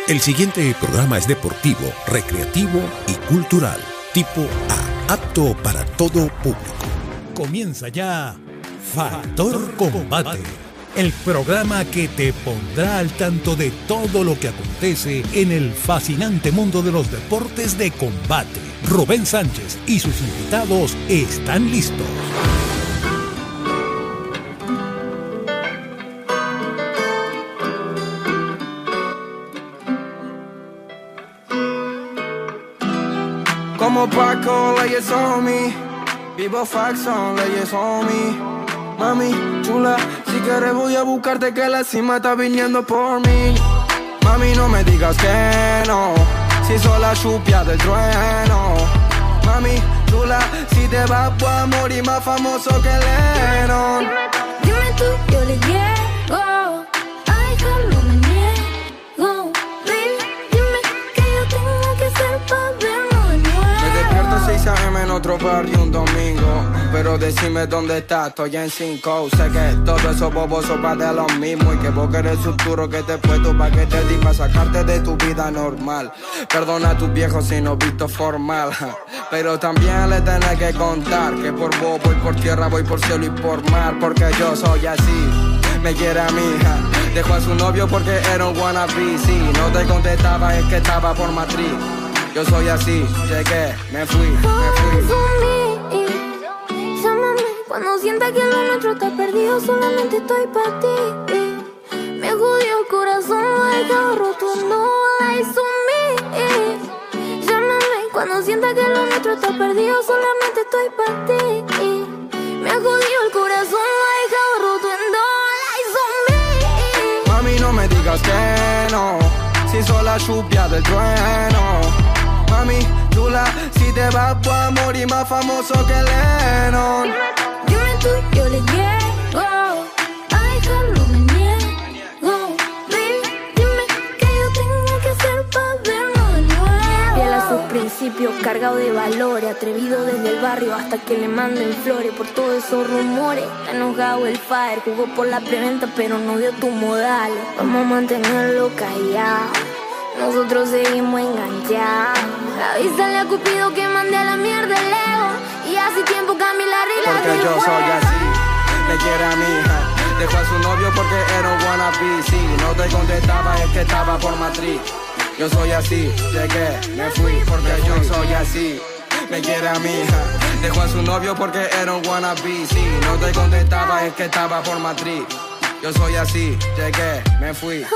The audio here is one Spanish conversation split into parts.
El siguiente programa es deportivo, recreativo y cultural, tipo A, apto para todo público. Comienza ya Factor Combate, el programa que te pondrá al tanto de todo lo que acontece en el fascinante mundo de los deportes de combate. Rubén Sánchez y sus invitados están listos. Como Paco, leyes on me. Vivo Faxon, leyes on me. Mami, chula, si quieres voy a buscarte que la cima está viniendo por mí. Mami, no me digas que no, si soy la chupia del trueno. Mami, chula, si te vas voy a morir más famoso que Lennon. Dime tú, yo le llego. Ay, no me niego. Baby, dime que yo tengo que hacer para verlo de nuevo. Me despierto 6 AM en otro barrio un domingo, pero decime dónde estás, estoy en 5. Sé que todos esos bobos son pa' de lo mismo, y que vos querés futuro que te puesto pa' que te di pa' sacarte de tu vida normal. Perdona a tus viejos si no visto formal, pero también le tenés que contar que por vos voy por tierra, voy por cielo y por mar, porque yo soy así. Me quiere a mi hija, dejó a su novio porque era un wannabe. Si no te contestaba es que estaba por matriz. Yo soy así, llegué, me fui. Llámame cuando sienta que lo nuestro está perdido, solamente estoy para ti. Me jodió el corazón, lo he dejado roto, no lies on me. Llámame cuando sienta que lo nuestro está perdido, solamente estoy para ti. Me jodió el corazón, lo he dejado roto, no lies on me. Mami, no me digas que no, si soy la chupia del trueno. Mami, chula, si te vas voy a morir más famoso que Lennon. Dime tú, yo le llego. Ay, no me niego. Baby, dime que yo tengo que hacer para verlo de nuevo. Fiel a sus principios, cargado de valores, atrevido desde el barrio hasta que le manden flores por todos esos rumores. Enojado el fire, jugó por la preventa pero no dio tu modal. Vamos a mantenerlo callado, nosotros seguimos enganchados. Avísale a Cupido que mande a la mierda el ego, y hace tiempo Camila arregla. Porque yo soy así, me quiere a mi hija, dejó a su novio porque era un wannabe. Si no te contestaba es que estaba por matriz. Yo soy así, llegué, me fui, porque yo soy así. Me quiere a mi hija, dejó a su novio porque era un wannabe. Si no te contestaba es que estaba por matriz. Yo soy así, llegué, me fui.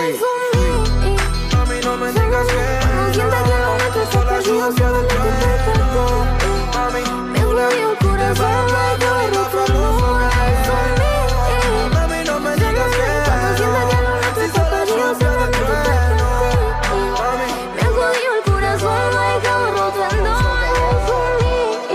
Mami, no me digas que no, soy la lluvia del trueno. Mami, me jodió el corazón, lo he dejado roto, no lies on me. mami, no me digas Cuando sienta que lo nuestro está perdido, solamente estoy para ti. Me jodió el corazón, lo he dejado roto, no lies on me.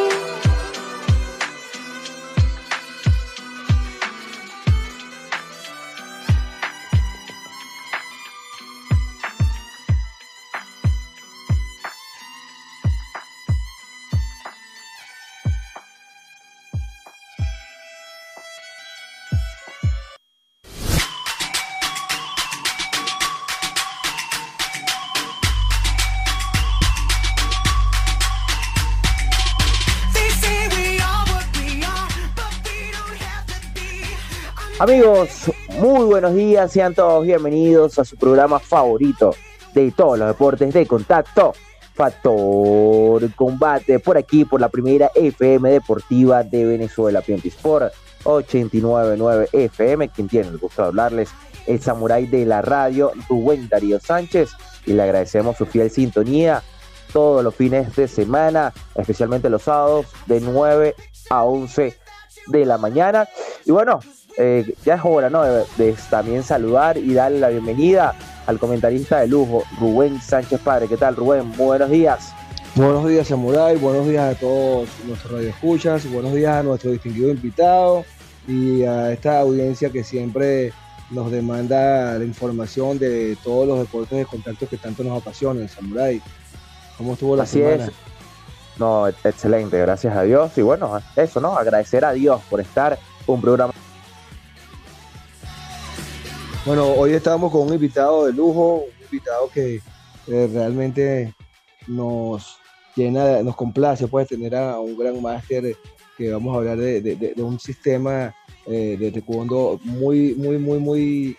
Amigos, muy buenos días, sean todos bienvenidos a su programa favorito de todos los deportes de contacto, Factor Combate, por aquí, por la primera FM deportiva de Venezuela, PNP Sport 89.9 FM. Quien tiene el gusto de hablarles, el samurái de la radio, Rubén Darío Sánchez, y le agradecemos su fiel sintonía todos los fines de semana, especialmente los sábados, de 9 a 11 de la mañana. Y bueno, ya es hora, ¿no?, de también saludar y darle la bienvenida al comentarista de lujo, Rubén Sánchez Padre. ¿Qué tal, Rubén? Muy buenos días. Buenos días, Samurai. Buenos días a todos nuestros radioescuchas. Buenos días a nuestro distinguido invitado y a esta audiencia que siempre nos demanda la información de todos los deportes de contacto que tanto nos apasionan, Samurai. ¿Cómo estuvo la semana? Así es. No, excelente, gracias a Dios. Y bueno, eso, ¿no? Agradecer a Dios por estar un programa. Bueno, hoy estamos con un invitado de lujo, un invitado que realmente nos llena, nos complace pues tener a un gran máster, que vamos a hablar de un sistema de taekwondo muy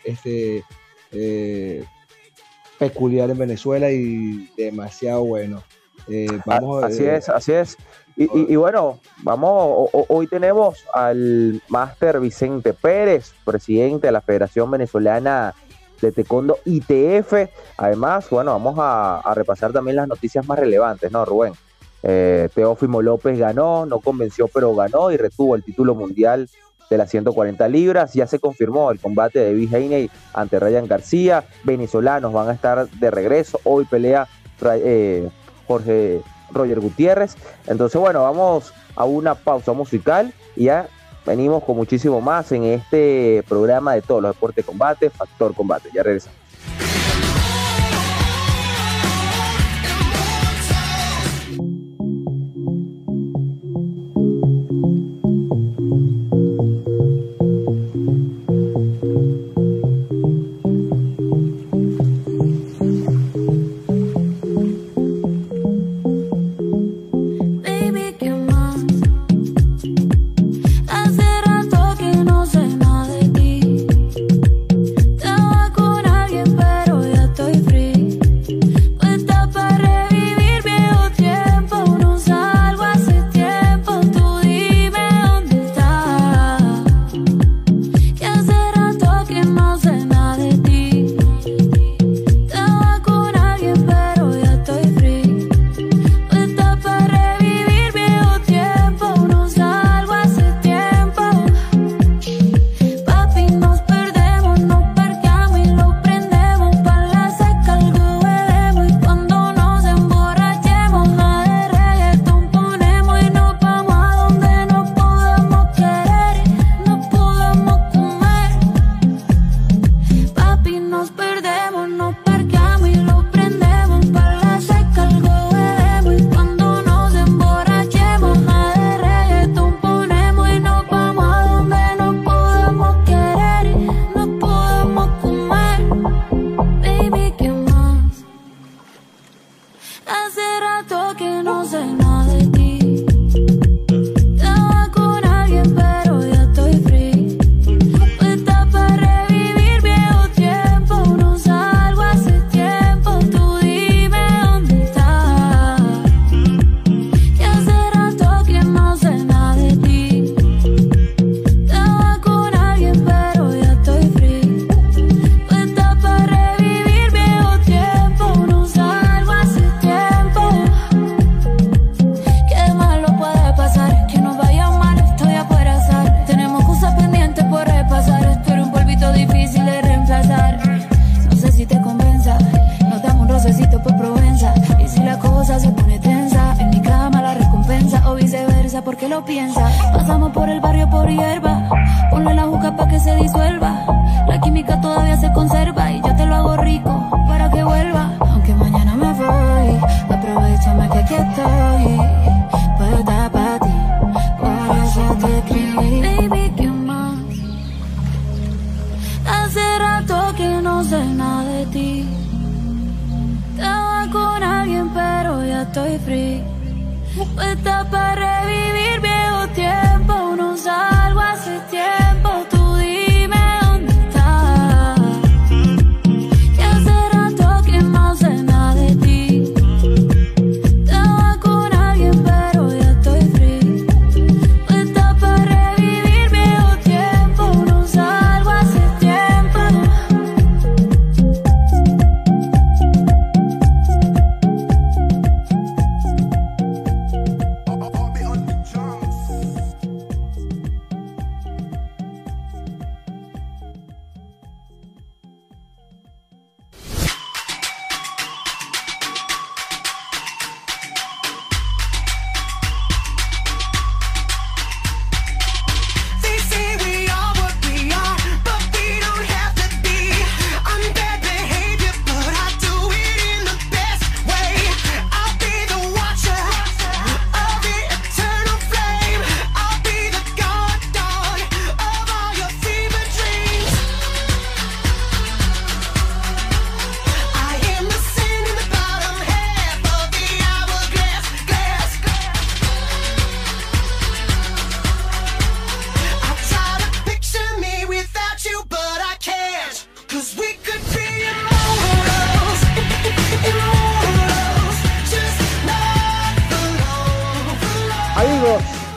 peculiar en Venezuela y demasiado bueno. Así es. Y bueno, hoy tenemos al máster Vicente Pérez, presidente de la Federación Venezolana de Taekwondo ITF. Además, bueno, vamos a repasar también las noticias más relevantes, ¿no, Rubén? Teófimo López ganó, no convenció, pero ganó y retuvo el título mundial de las 140 libras. Ya se confirmó el combate de David Haney ante Ryan García. Venezolanos van a estar de regreso. Hoy pelea Roger Gutiérrez. Entonces, bueno, vamos a una pausa musical y ya venimos con muchísimo más en este programa de todos los deportes de combate, Factor Combate. Ya regresamos.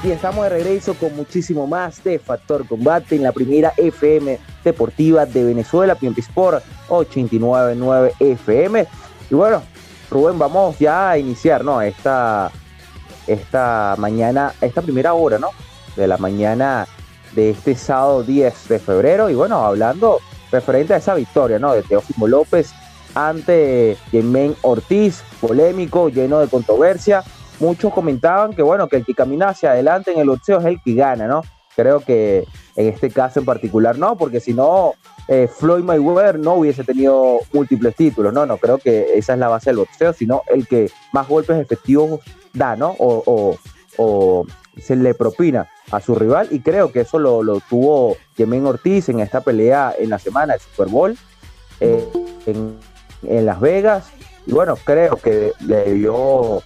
Y estamos de regreso con muchísimo más de Factor Combate en la primera FM deportiva de Venezuela, PNP Sport 899 FM. Y bueno, Rubén, vamos ya a iniciar, ¿no? Esta mañana, esta primera hora, ¿no? De la mañana de este sábado 10 de febrero. Y bueno, hablando referente a esa victoria, ¿no? De Teófimo López ante Jermaine Ortiz, polémico, lleno de controversia. Muchos comentaban que, bueno, que el que camina hacia adelante en el boxeo es el que gana, ¿no? Creo que en este caso en particular no, porque si no, Floyd Mayweather no hubiese tenido múltiples títulos, ¿no? No creo que esa es la base del boxeo, sino el que más golpes efectivos da, ¿no? O se le propina a su rival, y creo que eso lo tuvo Jermaine Ortiz en esta pelea en la semana del Super Bowl en Las Vegas. Y bueno, creo que debió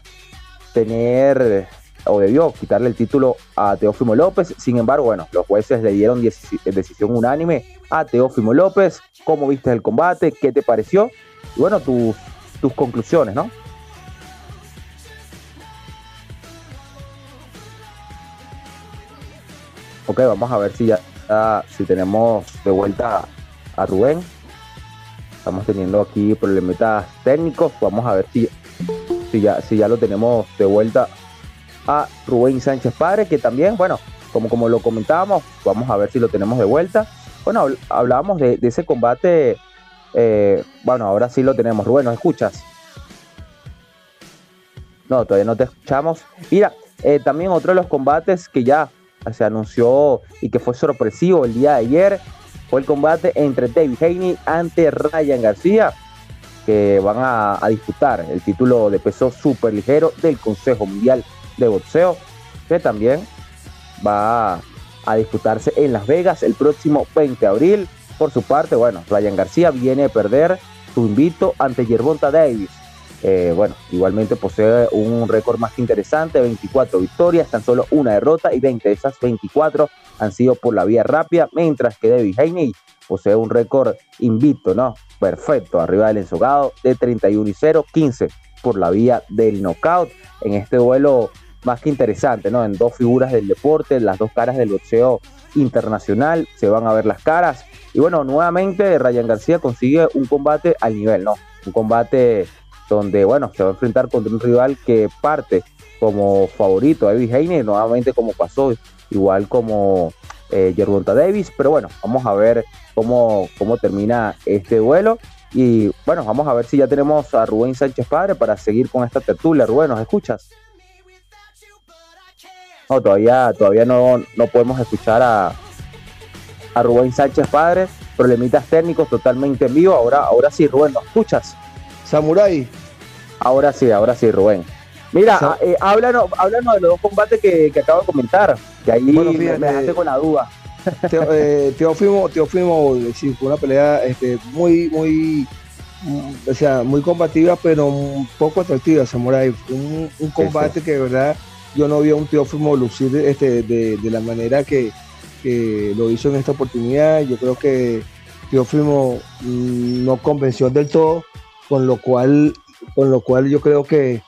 quitarle el título a Teófimo López. Sin embargo, bueno, los jueces le dieron decisión unánime a Teófimo López. ¿Cómo viste el combate? ¿Qué te pareció? Y bueno, tus conclusiones, ¿no? Ok, vamos a ver si tenemos de vuelta a Rubén. Estamos teniendo aquí problemitas técnicos. Vamos a ver si ya lo tenemos de vuelta a Rubén Sánchez Padre, que también, bueno, como lo comentábamos, vamos a ver si lo tenemos de vuelta. Bueno, hablábamos de ese combate. Bueno, ahora sí lo tenemos. Rubén, ¿nos escuchas? No, todavía no te escuchamos. Mira, también otro de los combates que ya se anunció y que fue sorpresivo el día de ayer fue el combate entre David Haney ante Ryan García, que van a disputar el título de peso superligero del Consejo Mundial de Boxeo, que también va a disputarse en Las Vegas el próximo 20 de abril. Por su parte, bueno, Ryan García viene a perder su invicto ante Gervonta Davis. Bueno, igualmente posee un récord más que interesante, 24 victorias, tan solo una derrota, y 20 de esas 24 han sido por la vía rápida, mientras que David Haney posee un récord invicto, ¿no? Perfecto, arriba del ensogado, de 31-0, 15 por la vía del knockout. En este duelo más que interesante, ¿no? En dos figuras del deporte, las dos caras del boxeo internacional, se van a ver las caras. Y bueno, nuevamente Ryan García consigue un combate al nivel, ¿no? Un combate donde, bueno, se va a enfrentar contra un rival que parte como favorito, David Haney, nuevamente como pasó, igual como Gervonta Davis. Pero bueno, vamos a ver cómo termina este duelo. Y bueno, vamos a ver si ya tenemos a Rubén Sánchez Padre para seguir con esta tertulia. Rubén, ¿nos escuchas? No, todavía no podemos escuchar a Rubén Sánchez Padre. Problemitas técnicos totalmente en vivo. Ahora sí, Rubén, ¿nos escuchas? Samurai. Ahora sí, Rubén. Mira, háblanos de los dos combates que acabo de comentar, que ahí bueno, fíjate, me dejaste con la duda. Teófimo, sí, fue una pelea muy combativa, pero un poco atractiva, Samurai. Un combate sí. Que de verdad yo no vi a un Teófimo lucir de la manera que lo hizo en esta oportunidad. Yo creo que Teófimo no convenció del todo, con lo cual yo creo que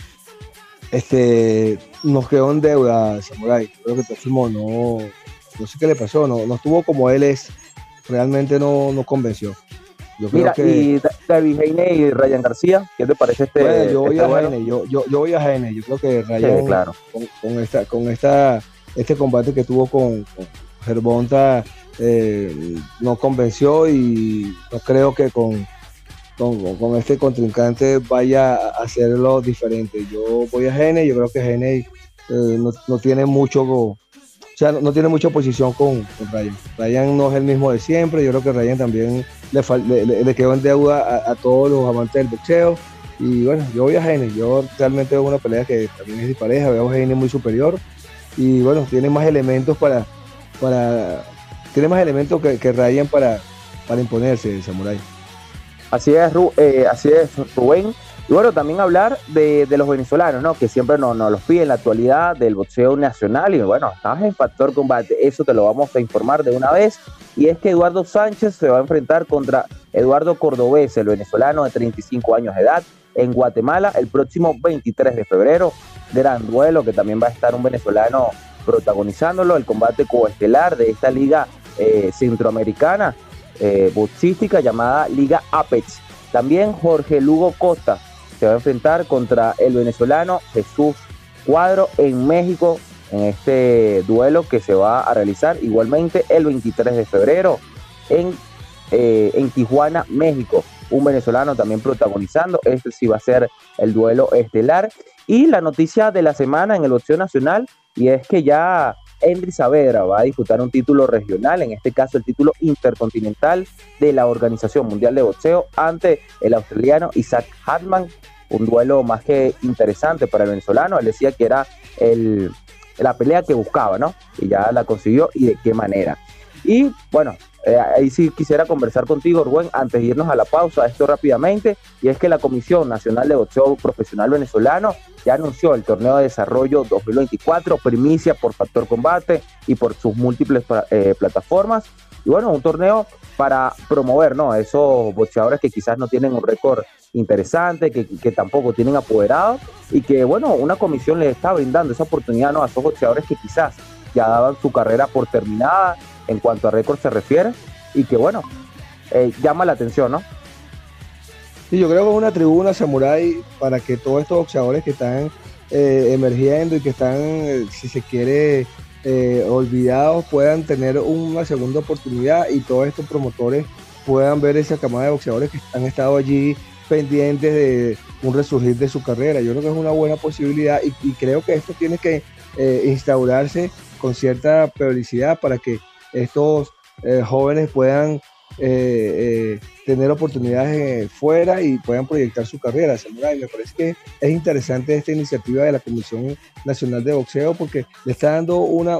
nos quedó en deuda, Samurai. Creo que Teófimo no sé qué le pasó, no estuvo como él es, realmente no convenció. Yo creo que... y David Haney y Ryan García, ¿qué te parece bueno, yo voy a Haney, yo voy a Haney. Yo creo que Ryan, sí, claro, con este combate que tuvo con Gervonta no convenció, y no creo que con este contrincante vaya a hacerlo diferente. Yo voy a Haney. Yo creo que Haney no tiene mucho, o sea, no tiene mucha oposición con Ryan. Ryan no es el mismo de siempre. Yo creo que Ryan también le quedó en deuda a todos los amantes del boxeo. Y bueno, yo voy a Haney. Yo realmente veo una pelea que también es dispareja. Veo a Haney muy superior. Y bueno, tiene más elementos tiene más elementos que Ryan para imponerse, el Samurai. Así es, Rubén. Y bueno, también hablar de los venezolanos, ¿no? Que siempre nos los piden en la actualidad del boxeo nacional. Y bueno, estás en Factor Combate, eso te lo vamos a informar de una vez. Y es que Eduardo Sánchez se va a enfrentar contra Eduardo Cordobés, el venezolano de 35 años de edad, en Guatemala el próximo 23 de febrero. Gran duelo, que también va a estar un venezolano protagonizándolo, el combate coestelar de esta liga centroamericana boxística llamada Liga Apex. También Jorge Lugo Costa se va a enfrentar contra el venezolano Jesús Cuadro en México, en este duelo que se va a realizar igualmente el 23 de febrero en Tijuana, México. Un venezolano también protagonizando. Este sí va a ser el duelo estelar. Y la noticia de la semana en el boxeo nacional, y es que ya Henry Saavedra va a disputar un título regional, en este caso el título intercontinental de la Organización Mundial de Boxeo ante el australiano Isaac Hartman. Un duelo más que interesante para el venezolano. Él decía que era la pelea que buscaba, ¿no? Y ya la consiguió, y de qué manera. Y bueno, ahí sí quisiera conversar contigo, Rubén, antes de irnos a la pausa, esto rápidamente, y es que la Comisión Nacional de Boxeo Profesional Venezolano ya anunció el torneo de desarrollo 2024, primicia por Factor Combate y por sus múltiples plataformas. Y bueno, un torneo para promover, ¿no?, a esos boxeadores que quizás no tienen un récord interesante, que tampoco tienen apoderados, y que bueno, una comisión les está brindando esa oportunidad, ¿no?, a esos boxeadores que quizás ya daban su carrera por terminada en cuanto a récord se refiere, y que bueno, llama la atención, ¿no? Sí, yo creo que es una tribuna samurái para que todos estos boxeadores que están emergiendo y que están, si se quiere, olvidados, puedan tener una segunda oportunidad, y todos estos promotores puedan ver esa camada de boxeadores que han estado allí pendientes de un resurgir de su carrera. Yo creo que es una buena posibilidad, y creo que esto tiene que instaurarse con cierta periodicidad para que estos jóvenes puedan tener oportunidades fuera y puedan proyectar su carrera. Samurai, me parece que es interesante esta iniciativa de la Comisión Nacional de Boxeo, porque le está dando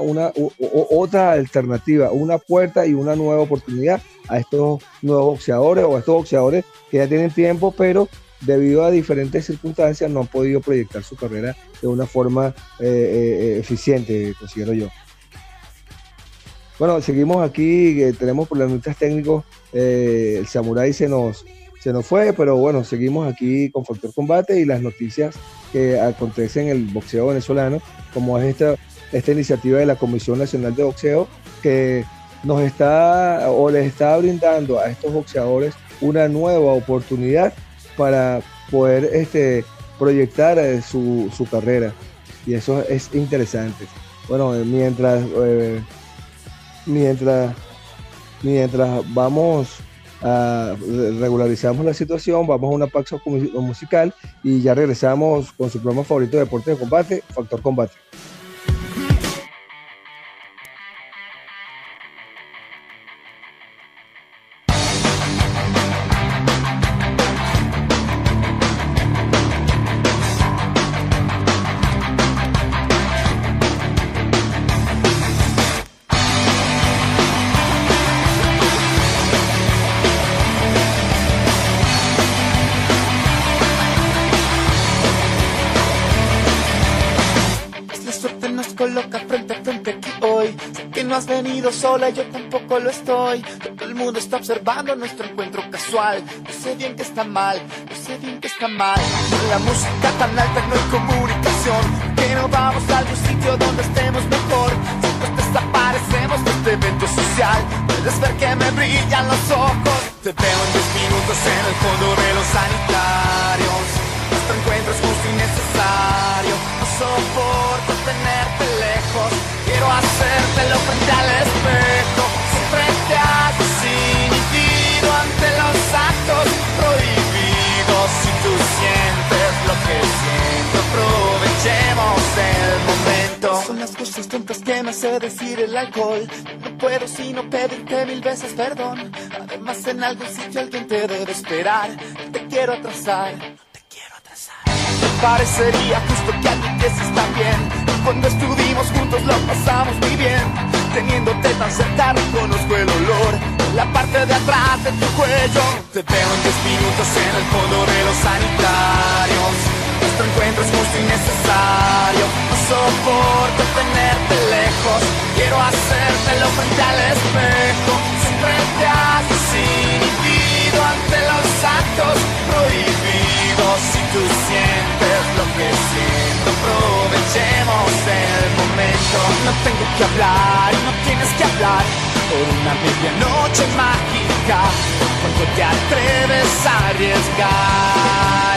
otra alternativa, una puerta y una nueva oportunidad a estos nuevos boxeadores, o a estos boxeadores que ya tienen tiempo, pero debido a diferentes circunstancias no han podido proyectar su carrera de una forma eficiente, considero yo. Bueno, seguimos aquí, tenemos problemas técnicos, el Samurai se nos fue, pero bueno, seguimos aquí con Factor Combate y las noticias que acontecen en el boxeo venezolano, como es esta iniciativa de la Comisión Nacional de Boxeo, que nos está, o les está brindando a estos boxeadores una nueva oportunidad para poder proyectar su carrera, y eso es interesante. Bueno, mientras vamos regularizamos la situación, vamos a una pausa musical y ya regresamos con su programa favorito de deportes de combate, Factor Combate. Has venido sola, yo tampoco lo estoy. Todo el mundo está observando nuestro encuentro casual. Yo sé bien que está mal, yo sé bien que está mal. Con la música tan alta no hay comunicación. Que no vamos a algún sitio donde estemos mejor. Si nos desaparecemos de este evento social, puedes ver que me brillan los ojos. Te veo en 10 minutos en el fondo de los sanitarios. Nuestro encuentro es justo y necesario. No soporto tenerte lejos. Quiero hacértelo frente al espejo. Siempre te hago sin inhibido ante los actos prohibidos. Si tú sientes lo que siento, aprovechemos el momento. Son las cosas tontas que me hace decir el alcohol. No puedo sino pedirte 1000 veces perdón. Además en algún sitio alguien te debe esperar. Te quiero atrasar. Me parecería justo que admitieses también. Cuando estuvimos juntos lo pasamos muy bien. Teniéndote tan cerca reconozco el olor en la parte de atrás de tu cuello. Te veo en 10 minutos en el fondo de los sanitarios. Nuestro encuentro es justo y necesario. No soporto tenerte lejos. Quiero hacértelo frente al espejo. Siempre te hago sin inhibido ante los actos prohibidos. Si tú sientes lo que siento, aprovechemos el momento. momento. No tengo que hablar y no tienes que hablar por una medianoche mágica. Cuando te atreves a arriesgar.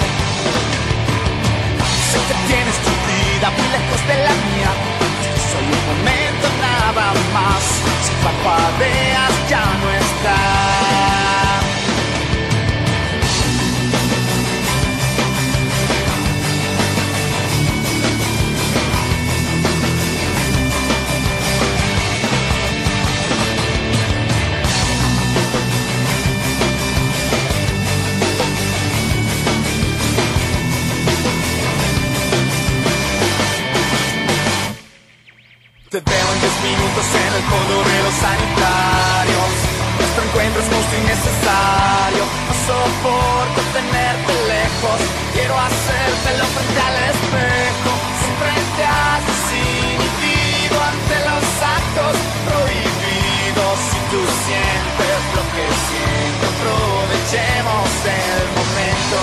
Sé que tienes tu vida muy lejos de la mía. Este es solo un momento nada más. Si parpadeas ya no está. Te veo en 10 minutos en el fondo de los sanitarios. Nuestro encuentro es justo y necesario. No soporto tenerte lejos. Quiero hacértelo frente al espejo. Siempre te has desinhibido ante los actos prohibidos. Si tú sientes lo que siento, aprovechemos el momento.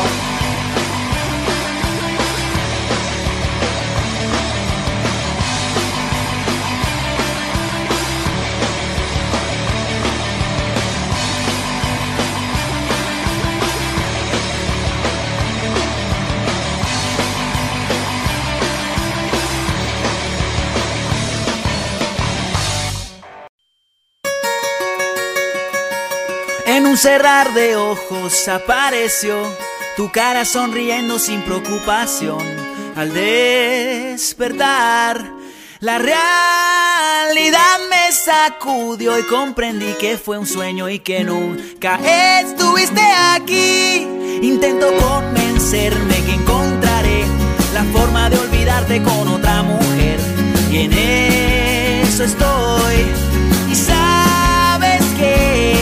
En un cerrar de ojos apareció tu cara sonriendo sin preocupación. Al despertar, la realidad me sacudió y comprendí que fue un sueño y que nunca estuviste aquí. Intento convencerme que encontraré la forma de olvidarte con otra mujer, y en eso estoy. Y sabes que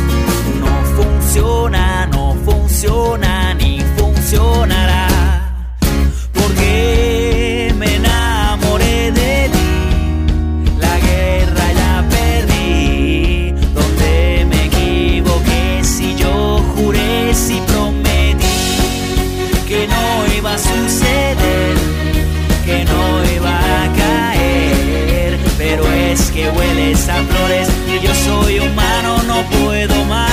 no funciona ni funcionará, porque me enamoré de ti. La guerra ya perdí. Donde me equivoqué, si yo juré, si prometí que no iba a suceder, que no iba a caer, pero es que hueles a flores y yo soy humano, no puedo más.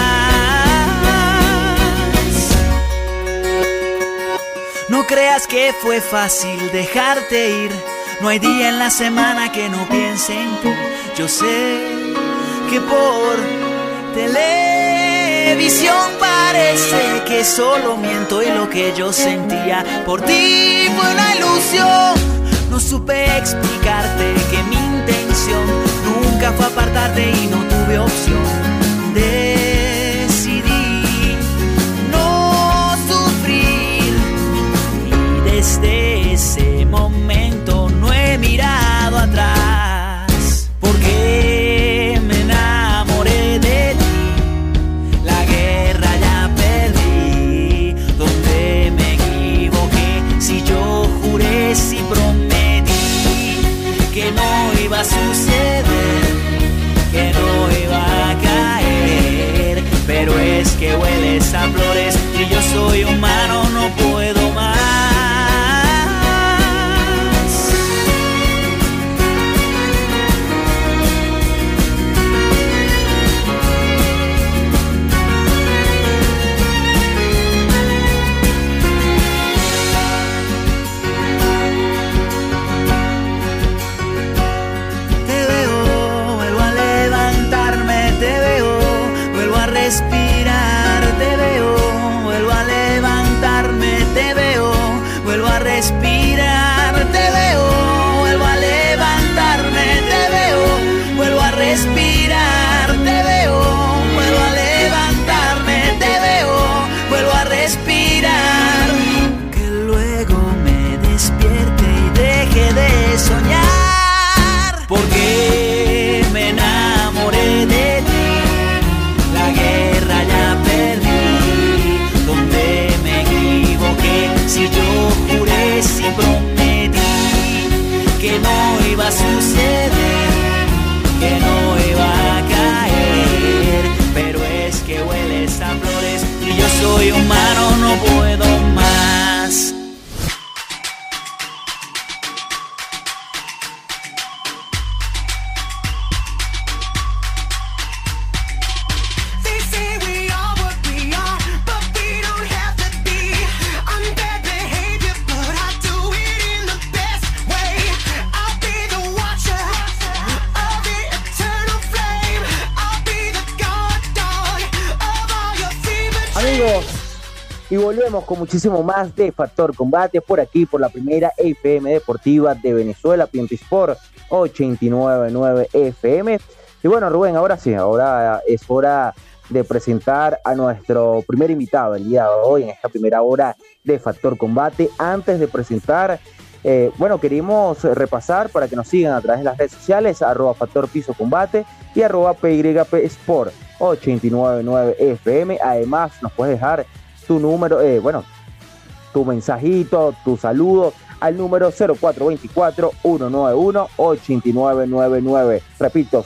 No creas que fue fácil dejarte ir. No hay día en la semana que no piense en ti. Yo sé que por televisión parece que solo miento, y lo que yo sentía por ti fue una ilusión. No supe explicarte que mi intención nunca fue apartarte y no tuve opción. Decidí no sufrir y desde ese momento no he mirado atrás, porque me enamoré de ti. La guerra ya perdí. Donde me equivoqué, si yo juré, si prometí que no iba a suceder, que no iba a caer, pero es que hueles a flores y yo soy humano, no puedo más. Respirar, te veo, vuelvo a levantar. volvemos con muchísimo más de Factor Combate por aquí, por la primera FM deportiva de Venezuela, Pienta Sport 899 FM. Y bueno, Rubén, ahora sí, ahora es hora de presentar a nuestro primer invitado el día de hoy en esta primera hora de Factor Combate. Antes de presentar, queremos repasar para que nos sigan a través de las redes sociales, @Factor Piso Combate y @PYP Sport 899 FM. Además, nos puedes dejar tu número, tu mensajito, tu saludo al número 0424-191-8999. Repito,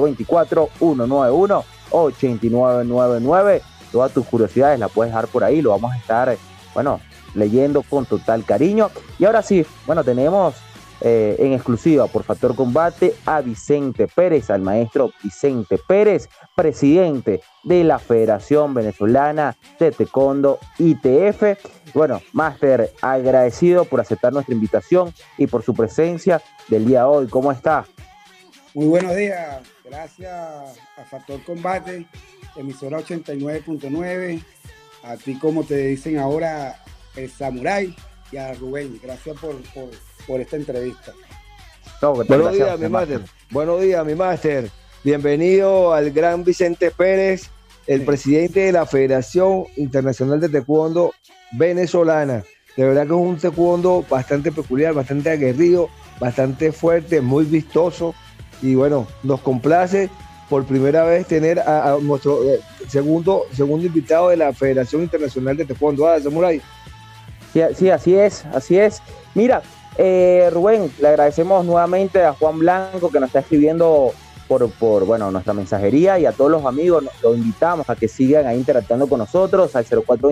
0424-191-8999. Todas tus curiosidades las puedes dejar por ahí, lo vamos a estar, leyendo con total cariño. Y ahora sí, tenemos en exclusiva por Factor Combate a Vicente Pérez, al maestro Vicente Pérez, presidente de la Federación Venezolana de Taekwondo ITF. Máster, agradecido por aceptar nuestra invitación y por su presencia del día de hoy. ¿Cómo está? Muy buenos días, gracias a Factor Combate, emisora 89.9, a ti como te dicen ahora, el Samurai, y a Rubén, gracias por esta entrevista. Buenos días, mi máster. Buenos días, mi máster. Bienvenido al gran Vicente Pérez, el presidente de la Federación Internacional de Taekwondo Venezolana. De verdad que es un taekwondo bastante peculiar, bastante aguerrido, bastante fuerte, muy vistoso. Y nos complace por primera vez tener a nuestro segundo invitado de la Federación Internacional de Taekwondo. Samurai. Sí, así es. Mira, Rubén, le agradecemos nuevamente a Juan Blanco que nos está escribiendo por nuestra mensajería, y a todos los amigos los invitamos a que sigan ahí interactuando con nosotros al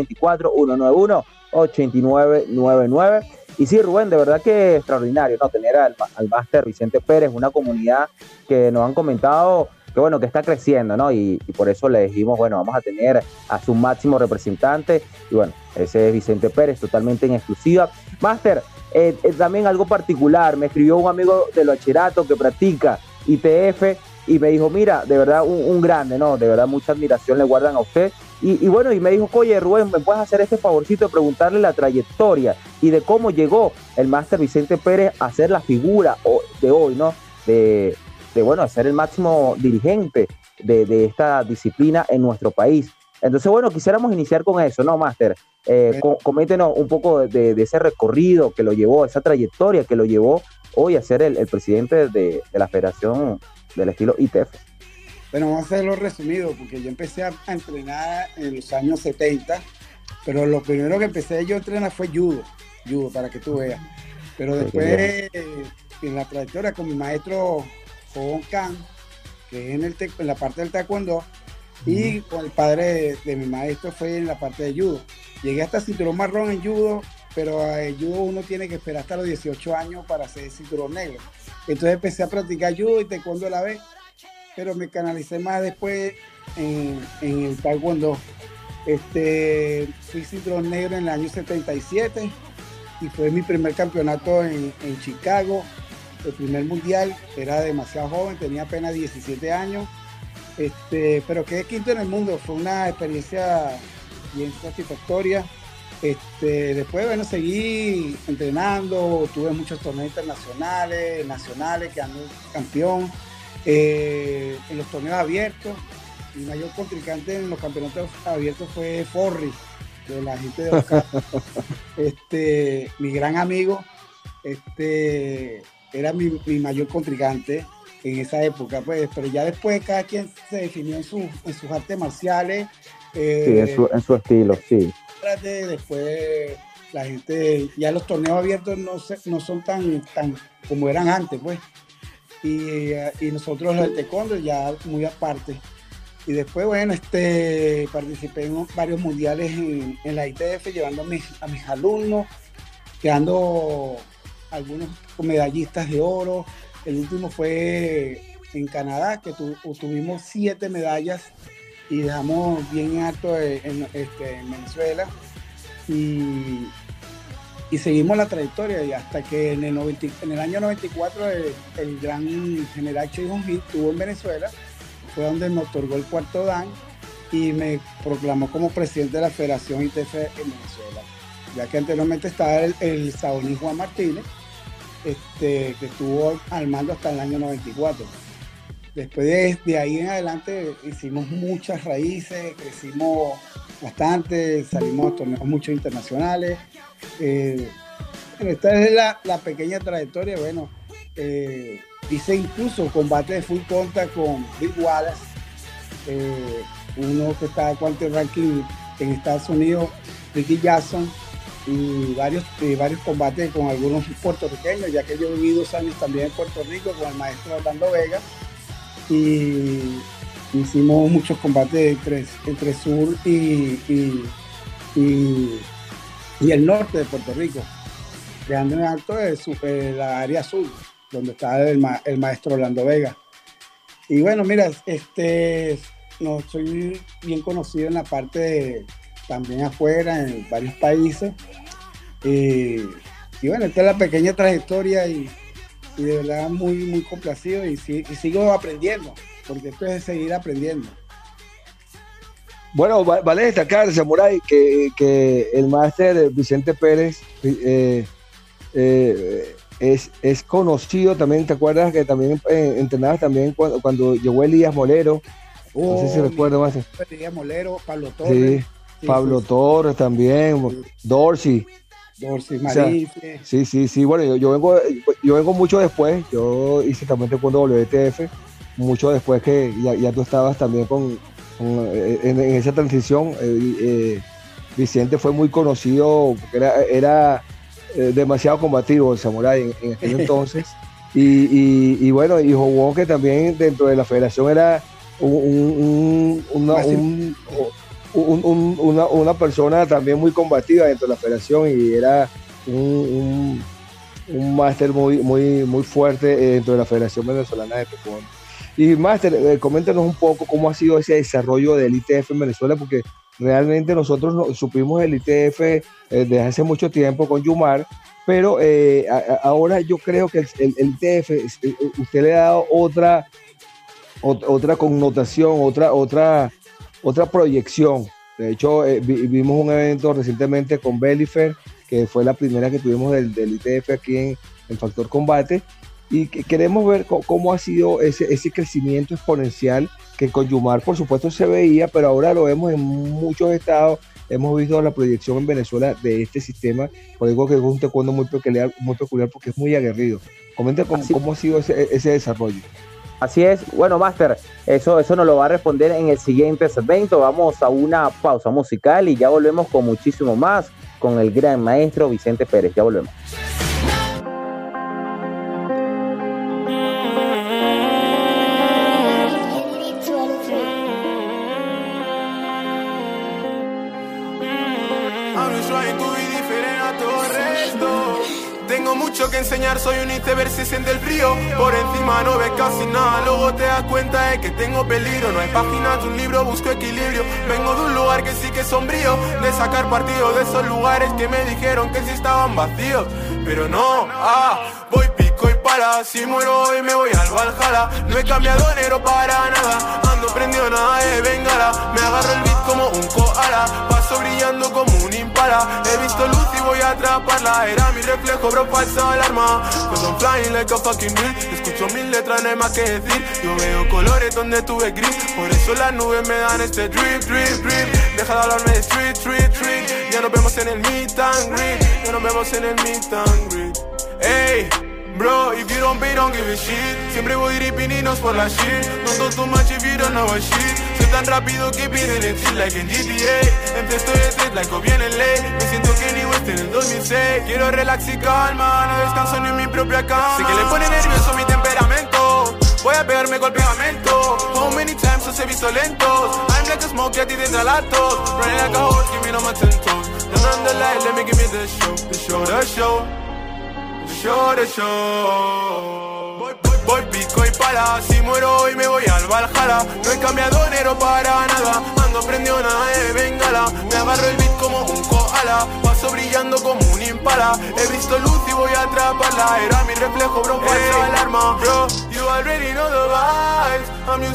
0424-191-8999. Y sí, Rubén, de verdad que es extraordinario, ¿no? Tener al máster Vicente Pérez, una comunidad que nos han comentado que está creciendo, ¿no? Y por eso le dijimos, vamos a tener a su máximo representante, y ese es Vicente Pérez, totalmente en exclusiva. Máster, también algo particular, me escribió un amigo del bachillerato que practica ITF y me dijo, mira, de verdad un grande, ¿no? De verdad mucha admiración le guardan a usted. Y me dijo, oye, Rubén, ¿me puedes hacer este favorcito de preguntarle la trayectoria y de cómo llegó el máster Vicente Pérez a ser la figura de hoy, ¿no? De ser el máximo dirigente de esta disciplina en nuestro país. Entonces, quisiéramos iniciar con eso, ¿no, máster? Coméntenos un poco de ese recorrido que lo llevó, esa trayectoria que lo llevó hoy a ser el presidente de la Federación del estilo ITF. Vamos a hacerlo resumido, porque yo empecé a entrenar en los años 70, pero lo primero que empecé yo a entrenar fue judo, para que tú veas. Pero después, en la trayectoria con mi maestro Jobón Khan, que es en la parte del taekwondo, y con el padre de mi maestro fue en la parte de judo. Llegué hasta cinturón marrón en judo, pero en judo uno tiene que esperar hasta los 18 años para ser cinturón negro. Entonces empecé a practicar judo y taekwondo a la vez, pero me canalicé más después en el taekwondo. Fui cinturón negro en el año 77 y fue mi primer campeonato en Chicago. El primer mundial, era demasiado joven, tenía apenas 17 años, pero quedé quinto en el mundo. Fue una experiencia bien satisfactoria. Después, seguí entrenando, tuve muchos torneos internacionales, nacionales, quedando campeón. En los torneos abiertos, mi mayor contrincante en los campeonatos abiertos fue Forri, de la gente de Oscar. Mi gran amigo, era mi mayor contrincante en esa época, pues, pero ya después cada quien se definió en sus artes marciales. En su estilo, sí. Después la gente, ya los torneos abiertos no son tan como eran antes, pues. Y nosotros los del taekwondo ya muy aparte. Y después, participé en varios mundiales en la ITF, llevando a mis alumnos, quedando algunos medallistas de oro. El último fue en Canadá, que tuvimos 7 medallas y dejamos bien alto en Venezuela. Y seguimos la trayectoria, y hasta que en el año 94 el gran general Choi Hong-hee estuvo en Venezuela, fue donde nos otorgó el cuarto dan, y me proclamó como presidente de la Federación ITF en Venezuela, ya que anteriormente estaba el Saoní Juan Martínez, que estuvo al mando hasta el año 94. Después de ahí en adelante hicimos muchas raíces, crecimos bastante, salimos a torneos muchos internacionales. Esta es la pequeña trayectoria. Bueno, hice incluso combate de full contact con Bill Wallace, uno que está cuarto ranking en Estados Unidos, Ricky Jackson, y varios combates con algunos puertorriqueños, ya que yo viví 2 años también en Puerto Rico con el maestro Orlando Vega, y hicimos muchos combates entre sur y el norte de Puerto Rico, dejando en alto la área sur, donde está el maestro Orlando Vega. Y bueno, mira, no soy bien conocido en la parte también afuera, en varios países. Y bueno, esta es la pequeña trayectoria y de verdad muy, muy complacido y sigo aprendiendo, porque esto es seguir aprendiendo. Bueno, vale destacar, Samurai, que el máster Vicente Pérez es conocido también. ¿Te acuerdas que también entrenabas también cuando llegó Elías Molero? No sé si recuerdo más. Elías Molero, Pablo Torres. Sí, Pablo Torres también, sí. Dorsey, Marife. O sea, sí. Bueno, yo vengo mucho después. Yo hice también taekwondo WTF mucho después que ya tú estabas también en esa transición. Vicente fue muy conocido porque era demasiado combativo el Samurai en aquel entonces. Y bueno, y Jobón, que también dentro de la federación era una persona también muy combativa dentro de la federación, y era un máster muy fuerte dentro de la Federación Venezolana de Taekwondo. Y máster, coméntanos un poco cómo ha sido ese desarrollo del ITF en Venezuela, porque realmente nosotros supimos el ITF desde hace mucho tiempo con Yumar, pero ahora yo creo que el ITF, usted le ha dado otra connotación, otra proyección. De hecho, vimos un evento recientemente con Bellifer, que fue la primera que tuvimos del ITF aquí en Factor Combate, y queremos ver cómo ha sido ese crecimiento exponencial que con Yumar, por supuesto, se veía, pero ahora lo vemos en muchos estados. Hemos visto la proyección en Venezuela de este sistema, por algo que es un taekwondo muy peculiar porque es muy aguerrido. Comenta cómo ha sido ese desarrollo. Así es. Bueno, Máster, eso nos lo va a responder en el siguiente segmento. Vamos a una pausa musical y ya volvemos con muchísimo más con el gran maestro Vicente Pérez. Ya volvemos. Tengo mucho que enseñar, soy un iceberg, se siente el frío. Por encima no ves casi nada, luego te das cuenta de que tengo peligro. No hay páginas de un libro, busco equilibrio. Vengo de un lugar que sí que es sombrío, de sacar partido de esos lugares que me dijeron que sí estaban vacíos. Pero no, voy pico y pala. Si muero hoy me voy al Valhalla. No he cambiado enero para nada, ando prendido nada de bengala. Me agarro el beat como un koala, paso brillando como un impala. He visto luz y voy a atraparla, era mi reflejo, bro, falsa alarma. Cause I'm flying like a fucking bird. Escucho 1000 letras, no hay más que decir. Yo veo colores donde tuve gris, por eso las nubes me dan este drip, drip, drip. Deja de hablarme de street, street, street. Ya nos vemos en el meet and greet, ya nos vemos en el meet and greet. Ey, bro, if you don't pay, don't give a shit. Siempre voy ripping y no por la shit. No talk too much if you don't know a shit. Soy tan rápido que piden el shit like en GTA. Empiezo de street like o bien en ley. Me siento Kenny West en el 2006. Quiero relax y calma, no descanso ni en mi propia cama. Sé que le pone nervioso mi temperamento, voy a pegarme con pegamento. How many times os he visto lentos? I'm like a smoke, ya ti te entralatos. Running like a horse, give me no my 10 toes. Turn on the light, let me give me the show. The show, the show. The show. Voy pico y pala, si muero hoy me voy al Valhalla. No he cambiado enero para nada, ando prendido nada de bengala. Me agarro el beat como un koala, paso brillando como un impala. He visto luz y voy a atraparla, era mi reflejo, bro, falsa alarma. Bro, you already know the vibes, I'm just moving to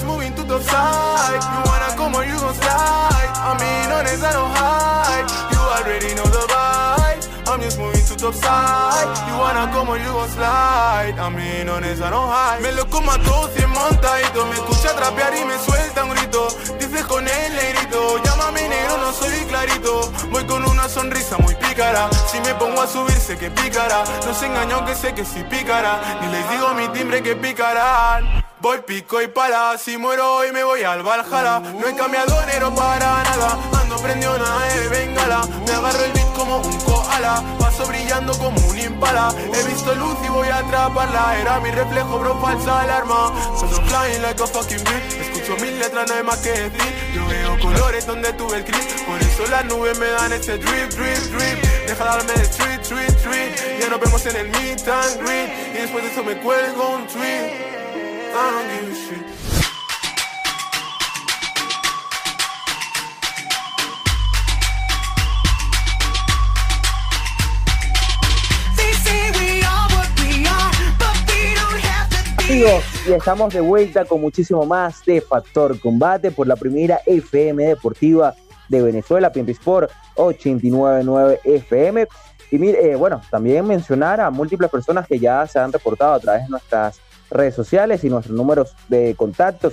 top side. You wanna come or you gon' slide. I mean, honest, I don't hide. You already know the vibe. I'm just moving to top side. You wanna come or you gon' slide. I mean, honest, I don't hide. Me lo como a todos y montadito. Me escucha trapear y me suelta un grito. Dices con el negrito, llámame negro, no soy clarito. Voy con una sonrisa muy pícara. Si me pongo a subir sé que picará. No se engañó que sé que sí picará. Ni les digo mi timbre que picarán. Voy pico y pala, si muero hoy me voy al Valhalla. No he cambiado enero para nada. Ando prendido nada de bengala. Me agarro el beat como un koala. Paso brillando como un impala. He visto luz y voy a atraparla. Era mi reflejo, bro, falsa alarma. Solo flying like a fucking beat. Escucho mil letras, no hay más que decir. Yo veo colores donde tuve el gris. Por eso las nubes me dan ese drip, drip, drip. Deja darme de street, street, street. Ya nos vemos en el meet and greet. Y después de eso me cuelgo un tweet. I don't give a shit. Amigos, y estamos de vuelta con muchísimo más de Factor Combate por la primera FM deportiva de Venezuela, Piempi Sport 899 FM. Y mire, bueno, también mencionar a múltiples personas que ya se han reportado a través de nuestras redes sociales y nuestros números de contacto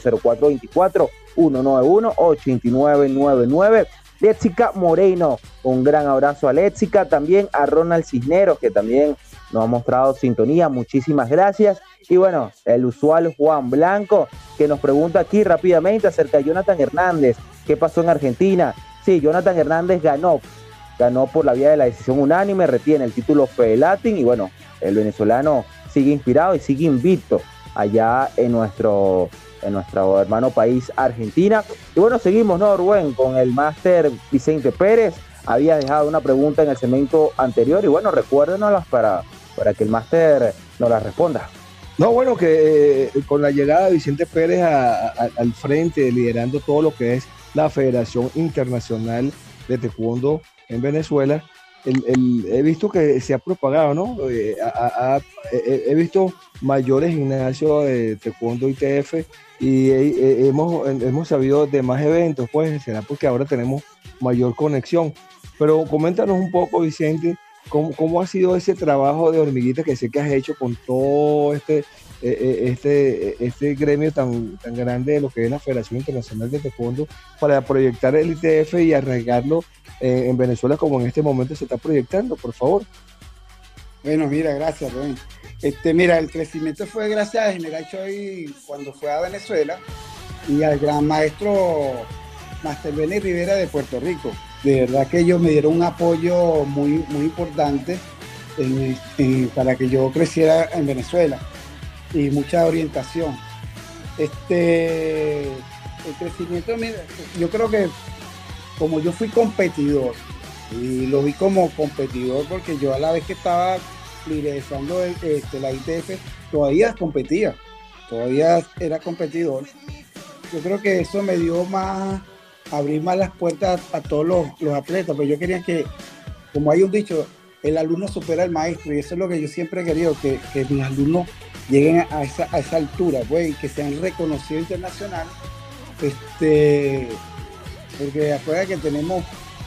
0424-191-8999. Léxica Moreno, un gran abrazo a Léxica, también a Ronald Cisneros, que también nos ha mostrado sintonía, muchísimas gracias. Y bueno, el usual Juan Blanco, que nos pregunta aquí rápidamente acerca de Jonathan Hernández, ¿qué pasó en Argentina? Sí, Jonathan Hernández ganó por la vía de la decisión unánime, retiene el título Fede Latin y bueno, el venezolano sigue inspirado y sigue invicto allá en nuestro hermano país Argentina. Y bueno, seguimos, ¿no, Rubén? Con el máster Vicente Pérez. Había dejado una pregunta en el segmento anterior y bueno, recuérdenoslas para que el máster nos la responda. No, bueno, que con la llegada de Vicente Pérez al frente, liderando todo lo que es la Federación Internacional de Taekwondo en Venezuela, he visto que se ha propagado, ¿no? He visto mayores gimnasios de Taekwondo ITF y hemos sabido de más eventos, pues será porque ahora tenemos mayor conexión. Pero coméntanos un poco, Vicente, ¿cómo ha sido ese trabajo de hormiguita que sé que has hecho con todo este gremio tan grande de lo que es la Federación Internacional de Taekwondo para proyectar el ITF y arraigarlo en Venezuela como en este momento se está proyectando, por favor? Bueno, mira, gracias, Rubén. Mira, el crecimiento fue gracias a General Choi cuando fue a Venezuela y al gran maestro Master Benny Rivera de Puerto Rico. De verdad que ellos me dieron un apoyo muy, muy importante para que yo creciera en Venezuela y mucha orientación. El crecimiento, mira, yo creo que como yo fui competidor y lo vi como competidor porque yo a la vez que estaba liderazando la ITF todavía competía, todavía era competidor. Yo creo que eso me dio abrir más las puertas a todos los atletas, pero yo quería que, como hay un dicho, el alumno supera al maestro, y eso es lo que yo siempre he querido, que mis alumnos lleguen a esa altura, pues, y que sean reconocidos internacional, porque acuérdate que tenemos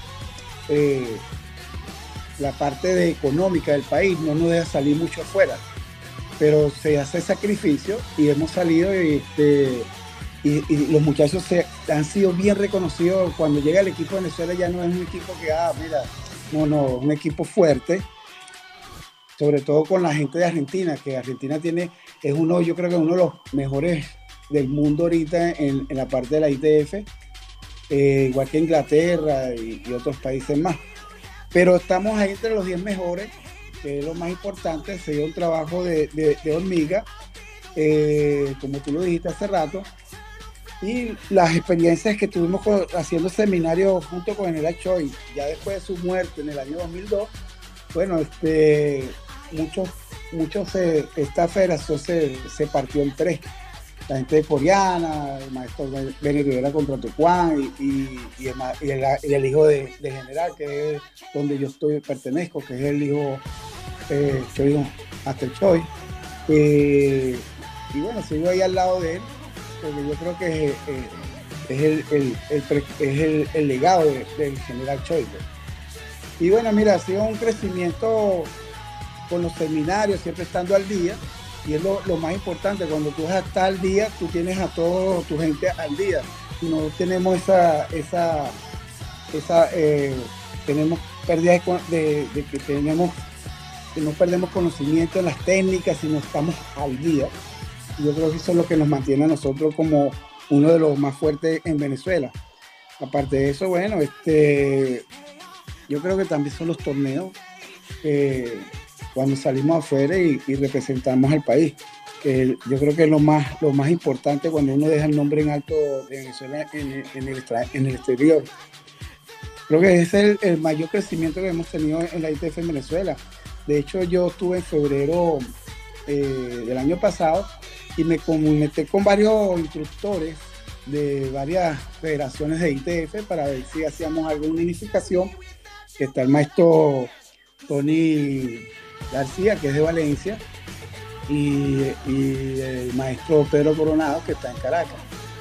la parte económica del país, no nos deja salir mucho afuera, pero se hace sacrificio y hemos salido y los muchachos han sido bien reconocidos. Cuando llega el equipo de Venezuela ya no es un equipo que, un equipo fuerte, sobre todo con la gente de Argentina, que Argentina yo creo que es uno de los mejores del mundo ahorita en la parte de la ITF, igual que Inglaterra y otros países más. Pero estamos ahí entre los 10 mejores, que es lo más importante. Se dio un trabajo de hormiga, como tú lo dijiste hace rato, y las experiencias que tuvimos haciendo seminarios junto con General Choi, ya después de su muerte en el año 2002, bueno, esta federación se partió en tres. La gente de Coreana, el maestro Benny Rivera contra Tucuán y el hijo de General, que es donde yo pertenezco, que es el hijo Choi, Master Choi. Y bueno, sigo ahí al lado de él. porque yo creo que es el legado del general Choi. Y bueno, mira, ha sido un crecimiento con los seminarios, siempre estando al día, y es lo más importante, cuando tú estás al día, tú tienes a toda tu gente al día. No tenemos tenemos pérdidas de que no perdemos conocimiento en las técnicas, sino estamos al día. Yo creo que eso es lo que nos mantiene a nosotros como uno de los más fuertes en Venezuela. Aparte de eso, bueno, yo creo que también son los torneos cuando salimos afuera y representamos al país. Yo creo que es lo más importante cuando uno deja el nombre en alto de Venezuela en el exterior. Creo que ese es el mayor crecimiento que hemos tenido en la ITF en Venezuela. De hecho, yo estuve en febrero del año pasado y me comuniqué con varios instructores de varias federaciones de ITF para ver si hacíamos alguna unificación. Está el maestro Tony García, que es de Valencia, y el maestro Pedro Coronado, que está en Caracas.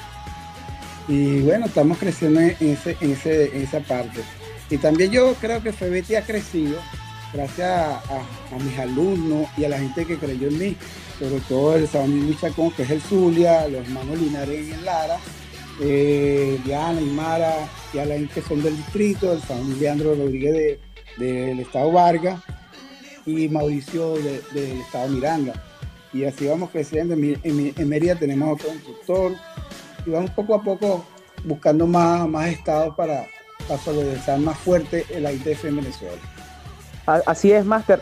Y bueno, estamos creciendo en esa parte. Y también yo creo que FEBETI ha crecido gracias a mis alumnos y a la gente que creyó en mí, sobre todo el Sabanil Chacón, que es el Zulia, los hermanos Linares en Lara, Diana y Mara, y a la gente que son del distrito, el Sabanil Leandro Rodríguez del Estado Vargas y Mauricio del Estado Miranda. Y así vamos creciendo. En Mérida tenemos otro instructor y vamos poco a poco buscando más estados para solidarizar más fuerte el ITF en Venezuela. Así es, Máster.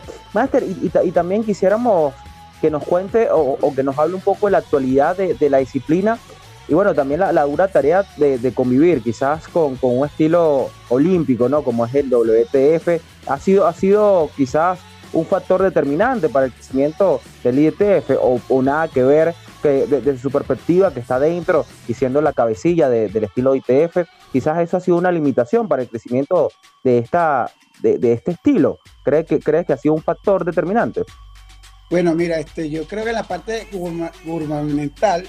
Y también quisiéramos que nos cuente o que nos hable un poco de la actualidad de la disciplina y bueno, también la dura tarea de convivir quizás con un estilo olímpico, ¿no? Como es el WTF. Ha sido quizás un factor determinante para el crecimiento del ITF o nada que ver que desde su perspectiva que está dentro y siendo la cabecilla del estilo ITF, quizás eso ha sido una limitación para el crecimiento de este estilo. ¿Crees que ha sido un factor determinante? Bueno, mira, yo creo que en la parte gubernamental,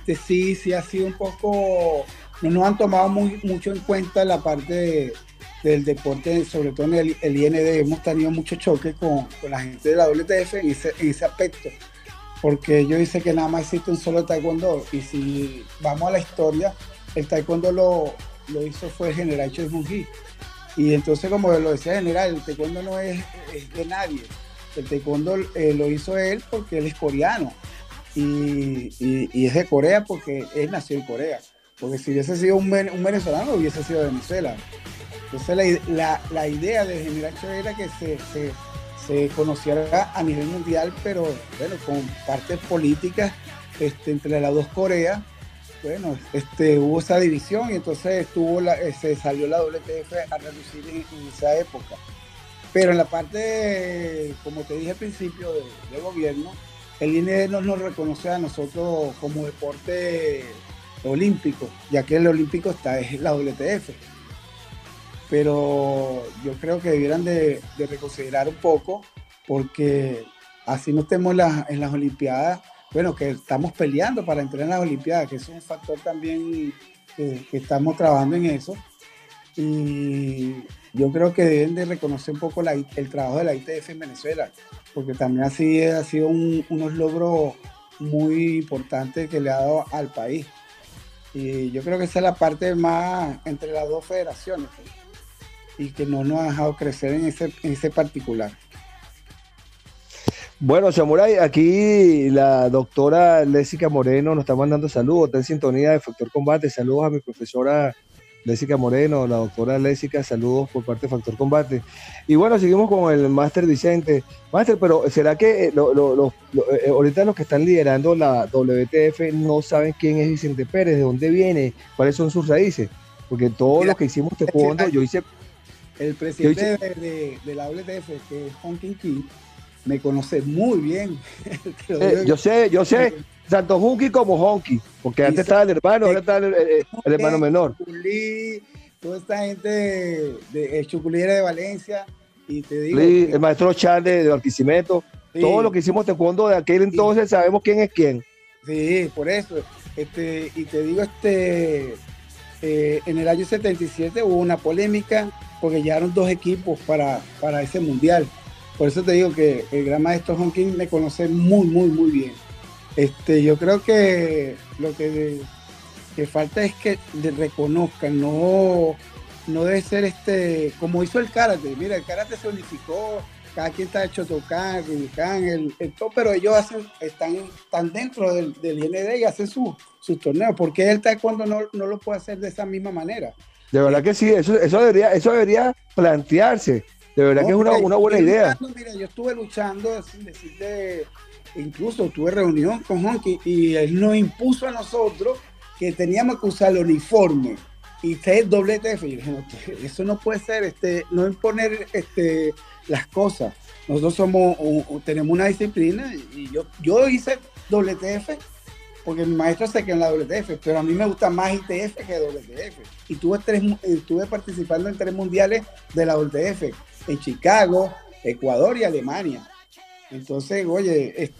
sí ha sido un poco, no nos han tomado mucho en cuenta la parte del deporte, sobre todo en el IND. Hemos tenido mucho choque con la gente de la WTF en ese aspecto, porque ellos dicen que nada más existe un solo taekwondo, y si vamos a la historia, el taekwondo lo hizo fue el general Choi Jung-hee. Y entonces, como lo decía el general, el taekwondo no es de nadie. El taekwondo lo hizo él porque él es coreano y es de Corea porque él nació en Corea. Porque si hubiese sido un venezolano, hubiese sido de Venezuela. Entonces la idea del general Choi era que se conociera a nivel mundial, pero bueno, con partes políticas entre las dos Coreas. Bueno, hubo esa división y entonces se salió la WTF a reducir en esa época. Pero en la parte, como te dije al principio, de gobierno, el INE no nos reconoce a nosotros como deporte olímpico, ya que el olímpico es la WTF. Pero yo creo que debieran de reconsiderar un poco, porque así no estemos en las Olimpiadas. Bueno, que estamos peleando para entrar en las Olimpiadas, que es un factor también que estamos trabajando en eso. Y yo creo que deben de reconocer un poco el trabajo de la ITF en Venezuela, porque también así ha sido unos logros muy importantes que le ha dado al país. Y yo creo que esa es la parte más entre las dos federaciones, y que no nos ha dejado crecer en ese particular. Bueno, Samurai, aquí la doctora Lésica Moreno nos está mandando saludos, está en sintonía de Factor Combate. Saludos a mi profesora Lésica Moreno, la doctora Lésica, saludos por parte de Factor Combate. Y bueno, seguimos con el Máster Vicente. Máster, pero ¿será que ahorita los que están liderando la WTF no saben quién es Vicente Pérez, de dónde viene, cuáles son sus raíces? Porque todos los que hicimos taekwondo, yo hice... El presidente de la WTF, que es Hong King King, me conoce muy bien. Yo sé, tanto Honky como Honky, porque antes estaba el hermano, ahora está el hermano menor. Chuculí, toda esta gente de Chuculera de Valencia, y te digo... El maestro Charles de Barquisimeto, sí. Todo lo que hicimos taekwondo de aquel entonces sabemos quién es quién. Sí, por eso. Y te digo, en el año 77 hubo una polémica porque llegaron 2 equipos para ese mundial. Por eso te digo que el gran maestro Honkin me conoce muy, muy, muy bien. Yo creo que lo que falta es que reconozcan, no debe ser como hizo el karate. Mira, el karate se unificó, cada quien está hecho tocar, el todo, pero ellos están dentro del IND y hacen sus torneos. ¿Por qué el taekwondo no lo puede hacer de esa misma manera? De verdad que sí, eso debería plantearse. De verdad que es una buena idea. Mira, yo estuve luchando, sin decirte, incluso tuve reunión con Honky y él nos impuso a nosotros que teníamos que usar el uniforme y ser WTF. Y dije, no, eso no puede ser, no imponer las cosas. Nosotros tenemos una disciplina y yo hice WTF porque mi maestro se quedó en la WTF, pero a mí me gusta más ITF que WTF. Y estuve participando en 3 mundiales de la WTF, en Chicago, Ecuador y Alemania. Entonces, oye,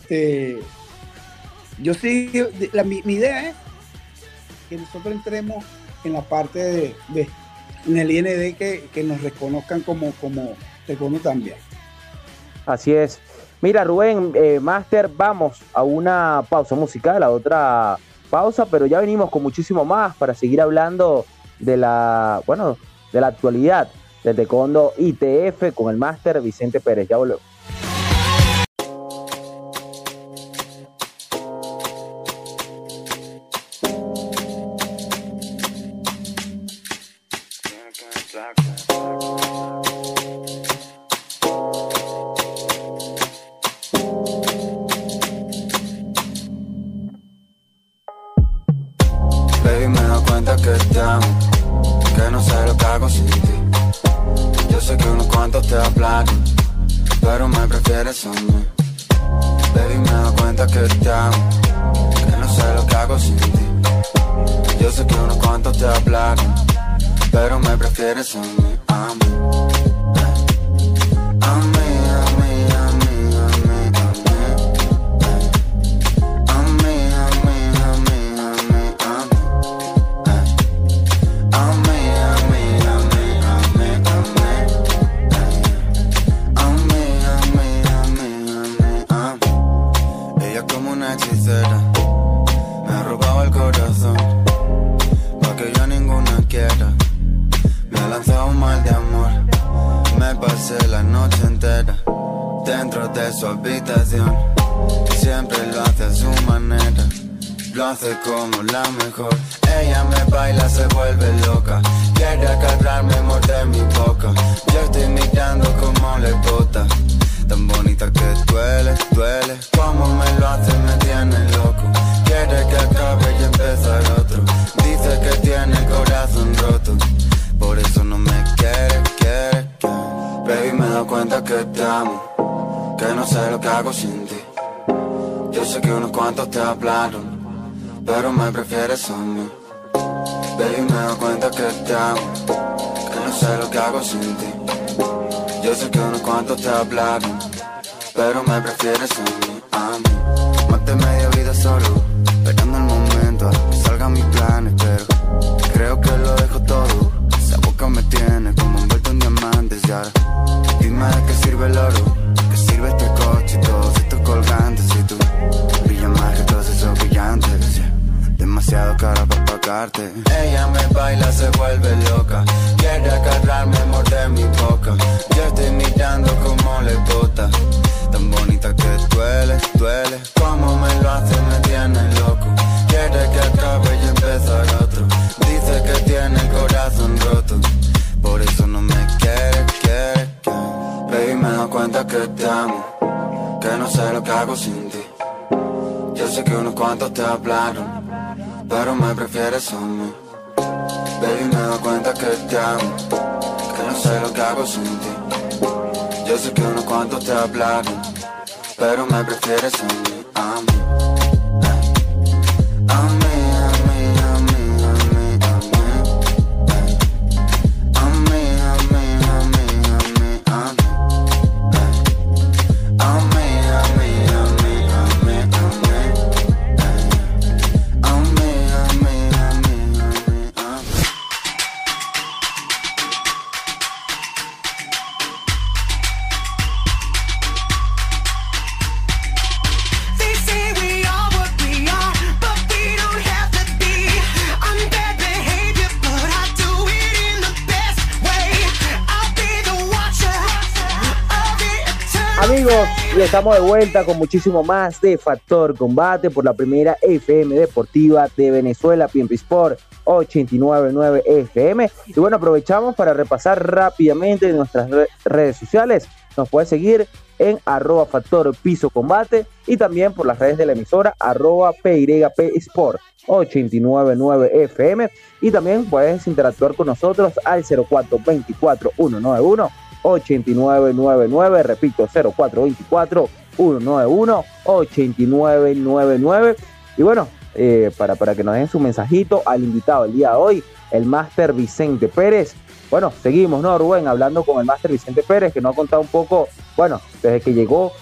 yo sí, mi idea es que nosotros entremos en la parte en el IND que nos reconozcan como taekwondo también. Así es. Mira, Rubén, Master, vamos a una pausa musical, a otra pausa, pero ya venimos con muchísimo más para seguir hablando de la actualidad del taekwondo ITF con el Master Vicente Pérez. Ya volvemos. Baby, me doy cuenta que te amo, que no sé lo que hago sin ti. Yo sé que unos cuantos te hablan, pero me prefieres a mí. Baby, me doy cuenta que te amo, que no sé lo que hago sin ti. Yo sé que unos cuantos te hablan, pero me prefieres a mí. A mí, a mí, a mí, a mí, a mí, a mí, a mí, a mí, a mí, a mí, a mí, a mí, a mí, a mí, a mí, a mí, a mí, a mí. Ella como una hechicera me ha robado el corazón, pa' que yo ninguna quiera. Me ha lanzado un mal de amor, me pasé la noche entera dentro de su habitación. Siempre lo hace a su manera, lo hace como la mejor. Ella me baila, se vuelve loca, quiere agarrarme, morder mi boca. Yo estoy mirando como le bota, tan bonita que duele, duele. Como me lo hace, me tiene loco. Quiere que acabe y empezar otro. Dice que tiene el corazón roto, por eso no me quiere. Baby, me doy cuenta que te amo, que no sé lo que hago sin ti. Yo sé que unos cuantos te hablaron, pero me prefieres a mí. Baby, me doy cuenta que te amo, que no sé lo que hago sin ti. Yo sé que unos cuantos te hablaron, pero me prefieres a mí. Más de media vida solo, esperando el momento a que salgan mis planes, pero creo que lo dejo todo. Esa boca me tiene como envuelto en diamantes y ahora dime de qué sirve el oro, qué sirve este coche y todos estos colgantes. Si tú brillas más que todos esos brillantes, yeah. Demasiado cara para pagarte. Ella me baila, se vuelve loca, quiere agarrarme, morder mi boca. Yo estoy mirando como le bota, tan bonita que duele, duele. Como me lo hace, me tiene loco. Quiere que acabe y empezar otro. Dice que tiene el corazón roto, por eso no me quiere. Baby, me doy cuenta que te amo, que no sé lo que hago sin ti. Yo sé que unos cuantos te hablaron, pero me prefieres a mí. Baby, me doy cuenta que te amo, que no sé lo que hago sin ti. Yo sé que unos cuantos te hablaron, pero me prefieres a mí. A mí, a mí, a mí, a mí, a mí, a mí, a mí, a mí, a mí, a mí, a mí, a mí, a mí, a mí, a mí, a mí, a mí, Amigos, y estamos de vuelta con muchísimo más de Factor Combate por la primera FM deportiva de Venezuela, PNP Sport 89.9 FM. Y bueno, aprovechamos para repasar rápidamente nuestras redes sociales. Nos puede seguir en @FactorPisoCombate y también por las redes de la emisora @PYP Sport 89.9 FM. Y también puedes interactuar con nosotros al 0424-191-8999, repito, 0424-191-8999. Y bueno, para que nos den su mensajito al invitado el día de hoy, el máster Vicente Pérez. Bueno, seguimos, ¿no, Rubén? Hablando con el máster Vicente Pérez, que nos ha contado un poco, bueno, desde que llegó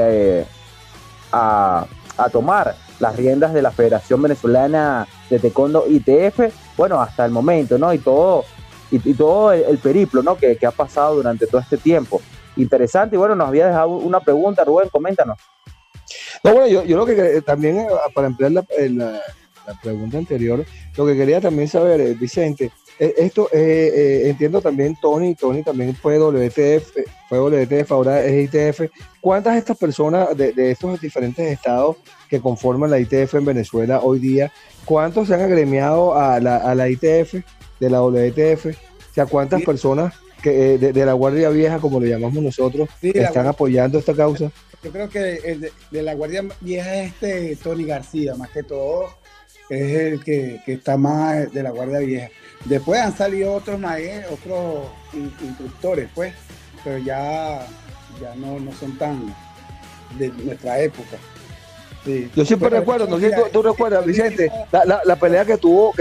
a tomar las riendas de la Federación Venezolana de Taekwondo ITF, bueno, hasta el momento, ¿no? Y todo el periplo, ¿no? Que ha pasado durante todo este tiempo. Interesante, y bueno, nos había dejado una pregunta, Rubén, coméntanos. No, bueno, yo lo que también, para emplear la pregunta anterior, lo que quería también saber, Vicente, esto entiendo también, Tony también fue WTF, ahora es ITF. ¿Cuántas de estas personas de estos diferentes estados que conforman la ITF en Venezuela hoy día, cuántos se han agremiado a la ITF, de la WTF? O sea, ¿cuántas personas que de la Guardia Vieja, como le llamamos nosotros, están apoyando esta causa? Yo creo que de la Guardia Vieja es Tony García, más que todo, es el que está más de la Guardia Vieja. Después han salido otros instructores, pues, pero ya no son tan de nuestra época. Sí. Yo siempre recuerdo, no sé si tú recuerdas, Vicente, la pelea que tuvo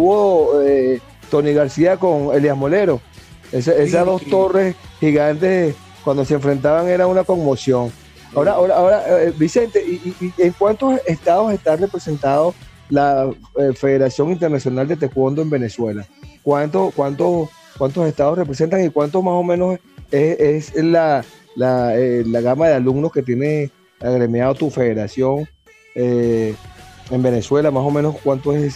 Tony García con Elías Molero. Esas dos torres gigantes, cuando se enfrentaban, era una conmoción. Ahora, Vicente, ¿y en cuántos estados está representado la Federación Internacional de Taekwondo en Venezuela? ¿Cuántos estados representan y cuánto más o menos es la gama de alumnos que tiene agremiado tu federación en Venezuela? Más o menos, ¿cuánto es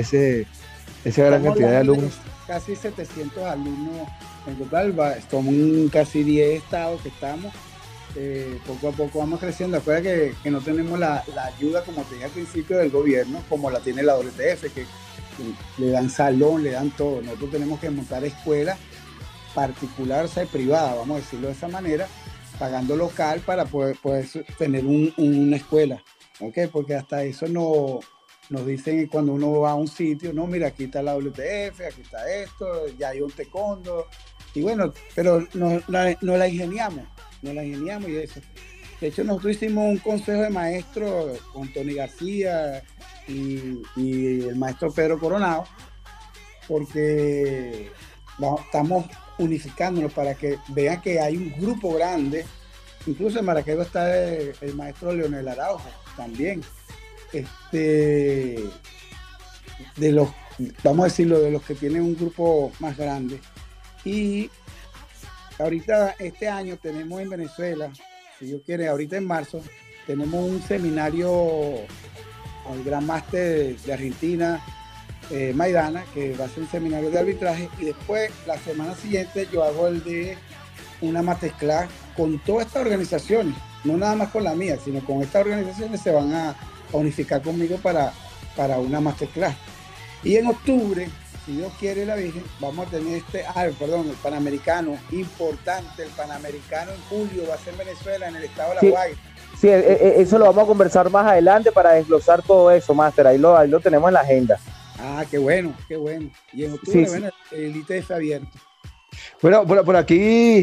esa gran cantidad de alumnos? Casi 700 alumnos en total, son casi 10 estados que estamos. Poco a poco vamos creciendo. Acuérdate que no tenemos la ayuda, como te dije al principio, del gobierno, como la tiene la WTF, que le dan salón, le dan todo. Nosotros tenemos que montar escuelas particular, o sea, privada, vamos a decirlo de esa manera, pagando local para poder tener una escuela, ¿ok? Porque hasta eso nos dicen cuando uno va a un sitio, no, mira, aquí está la WTF, aquí está esto, ya hay un taekwondo, y bueno, pero nos la ingeniamos y eso. De hecho, nosotros hicimos un consejo de maestros con Tony García y el maestro Pedro Coronado, porque estamos unificándonos para que vean que hay un grupo grande. Incluso en Maracaibo está el maestro Leonel Araujo también. Vamos a decirlo, de los que tienen un grupo más grande. Y ahorita, este año, tenemos en Venezuela, si Dios quiere, ahorita en marzo, tenemos un seminario con el Gran Máster de Argentina, Maidana, que va a ser un seminario de arbitraje, y después, la semana siguiente, yo hago el de una masterclass con todas estas organizaciones, no nada más con la mía, sino con estas organizaciones se van a unificar conmigo para una masterclass. Y en octubre, si Dios quiere la Virgen, vamos a tener el Panamericano, importante, el Panamericano en julio, va a ser en Venezuela, en el estado de La Guaira. Sí, eso lo vamos a conversar más adelante para desglosar todo eso, Máster, ahí lo tenemos en la agenda. Ah, qué bueno. Y en octubre, sí. Bueno, el ITF abierto. Bueno, por aquí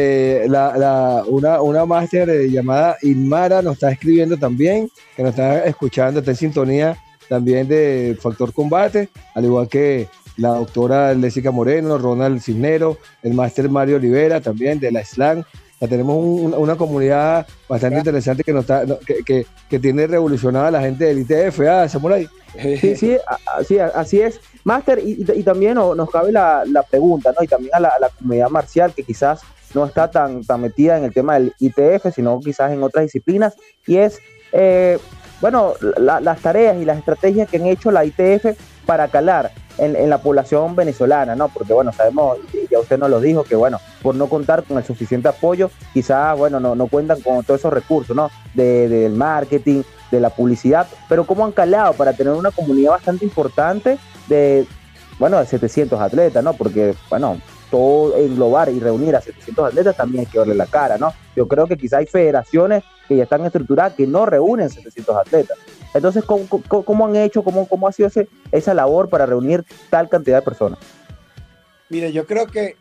una máster llamada Inmara nos está escribiendo también, que nos está escuchando, está en sintonía también de Factor Combate, al igual que la doctora Lésica Moreno, Ronald Cisnero, el máster Mario Olivera también de la SLAN. Ya tenemos una comunidad bastante interesante que tiene revolucionada a la gente del ITF, Samurai. Sí, así es. Máster, y también nos cabe la pregunta, ¿no? Y también a la comunidad marcial, que quizás no está tan metida en el tema del ITF, sino quizás en otras disciplinas, y es, las tareas y las estrategias que han hecho la ITF para calar en la población venezolana, ¿no? Porque, bueno, sabemos, ya usted nos lo dijo, que, bueno, por no contar con el suficiente apoyo, quizás, bueno, no cuentan con todos esos recursos, ¿no? Del marketing, de la publicidad, pero cómo han calado para tener una comunidad bastante importante de 700 atletas, ¿no? Porque, bueno, todo englobar y reunir a 700 atletas también hay que verle la cara, ¿no? Yo creo que quizá hay federaciones que ya están estructuradas que no reúnen 700 atletas. Entonces, ¿cómo han hecho, cómo ha sido esa labor para reunir tal cantidad de personas? Mire, yo creo que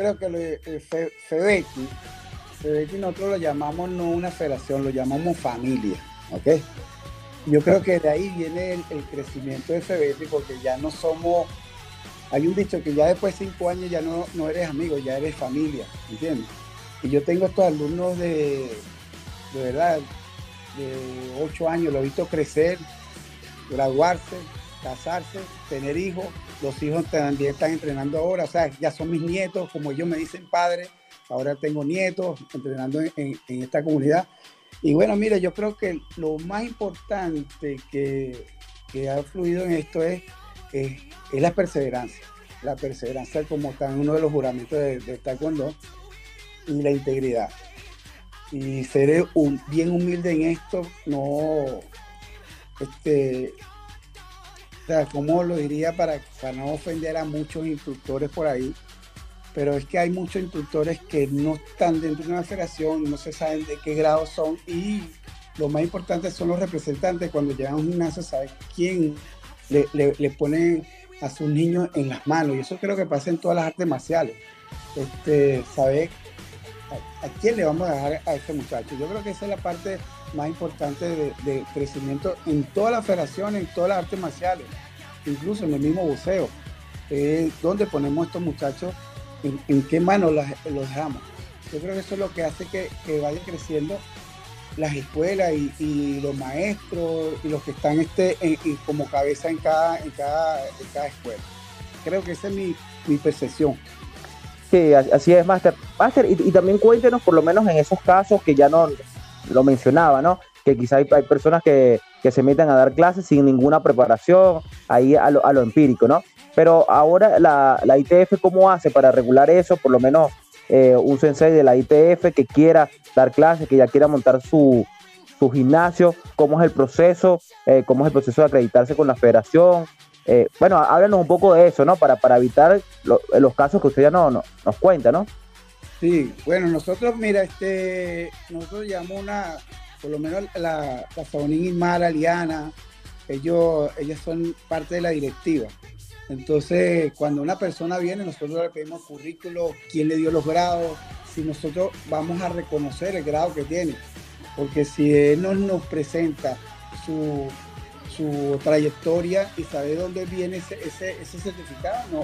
FEBETI nosotros lo llamamos no una federación, lo llamamos familia, ¿ok? Yo creo que de ahí viene el crecimiento de FEBETI, porque ya no somos... Hay un dicho que ya después de 5 años ya no eres amigo, ya eres familia, ¿entiendes? Y yo tengo estos alumnos de verdad, de 8 años, lo he visto crecer, graduarse, casarse, tener hijos. Los hijos también están entrenando ahora, o sea, ya son mis nietos, como ellos me dicen padres, ahora tengo nietos entrenando en esta comunidad. Y bueno, mire, yo creo que lo más importante que ha fluido en esto es la perseverancia como está en uno de los juramentos de Taekwondo, y la integridad. Y seré bien humilde en esto, o sea, ¿cómo lo diría para no ofender a muchos instructores por ahí? Pero es que hay muchos instructores que no están dentro de una federación, no se saben de qué grado son, y lo más importante son los representantes. Cuando llegan a un gimnasio, saben quién le pone a sus niños en las manos, y eso creo que pasa en todas las artes marciales. Saber a quién le vamos a dejar a este muchacho. Yo creo que esa es la parte más importante de crecimiento en todas las federaciones, en todas las artes marciales, incluso en el mismo buceo, donde ponemos a estos muchachos, en qué manos los dejamos. Yo creo que eso es lo que hace que vaya creciendo las escuelas y los maestros y los que están como cabeza en cada escuela. Creo que esa es mi percepción. Sí, así es, Máster. Y también cuéntenos, por lo menos en esos casos que ya no lo mencionaba, ¿no? Que quizá hay personas que se meten a dar clases sin ninguna preparación, ahí a lo empírico, ¿no? Pero ahora la ITF, ¿cómo hace para regular eso? Por lo menos un sensei de la ITF que quiera dar clases, que ya quiera montar su gimnasio, ¿cómo es el proceso? ¿Cómo es el proceso de acreditarse con la federación? Bueno, háblanos un poco de eso, ¿no? Para evitar los casos que usted ya nos cuenta, ¿no? Sí, bueno, nosotros, mira, nosotros llamamos por lo menos la Sabonín y Mara, Liana, ellas son parte de la directiva. Entonces, cuando una persona viene, nosotros le pedimos currículo, quién le dio los grados, si nosotros vamos a reconocer el grado que tiene. Porque si él no nos presenta su trayectoria y sabe dónde viene ese certificado,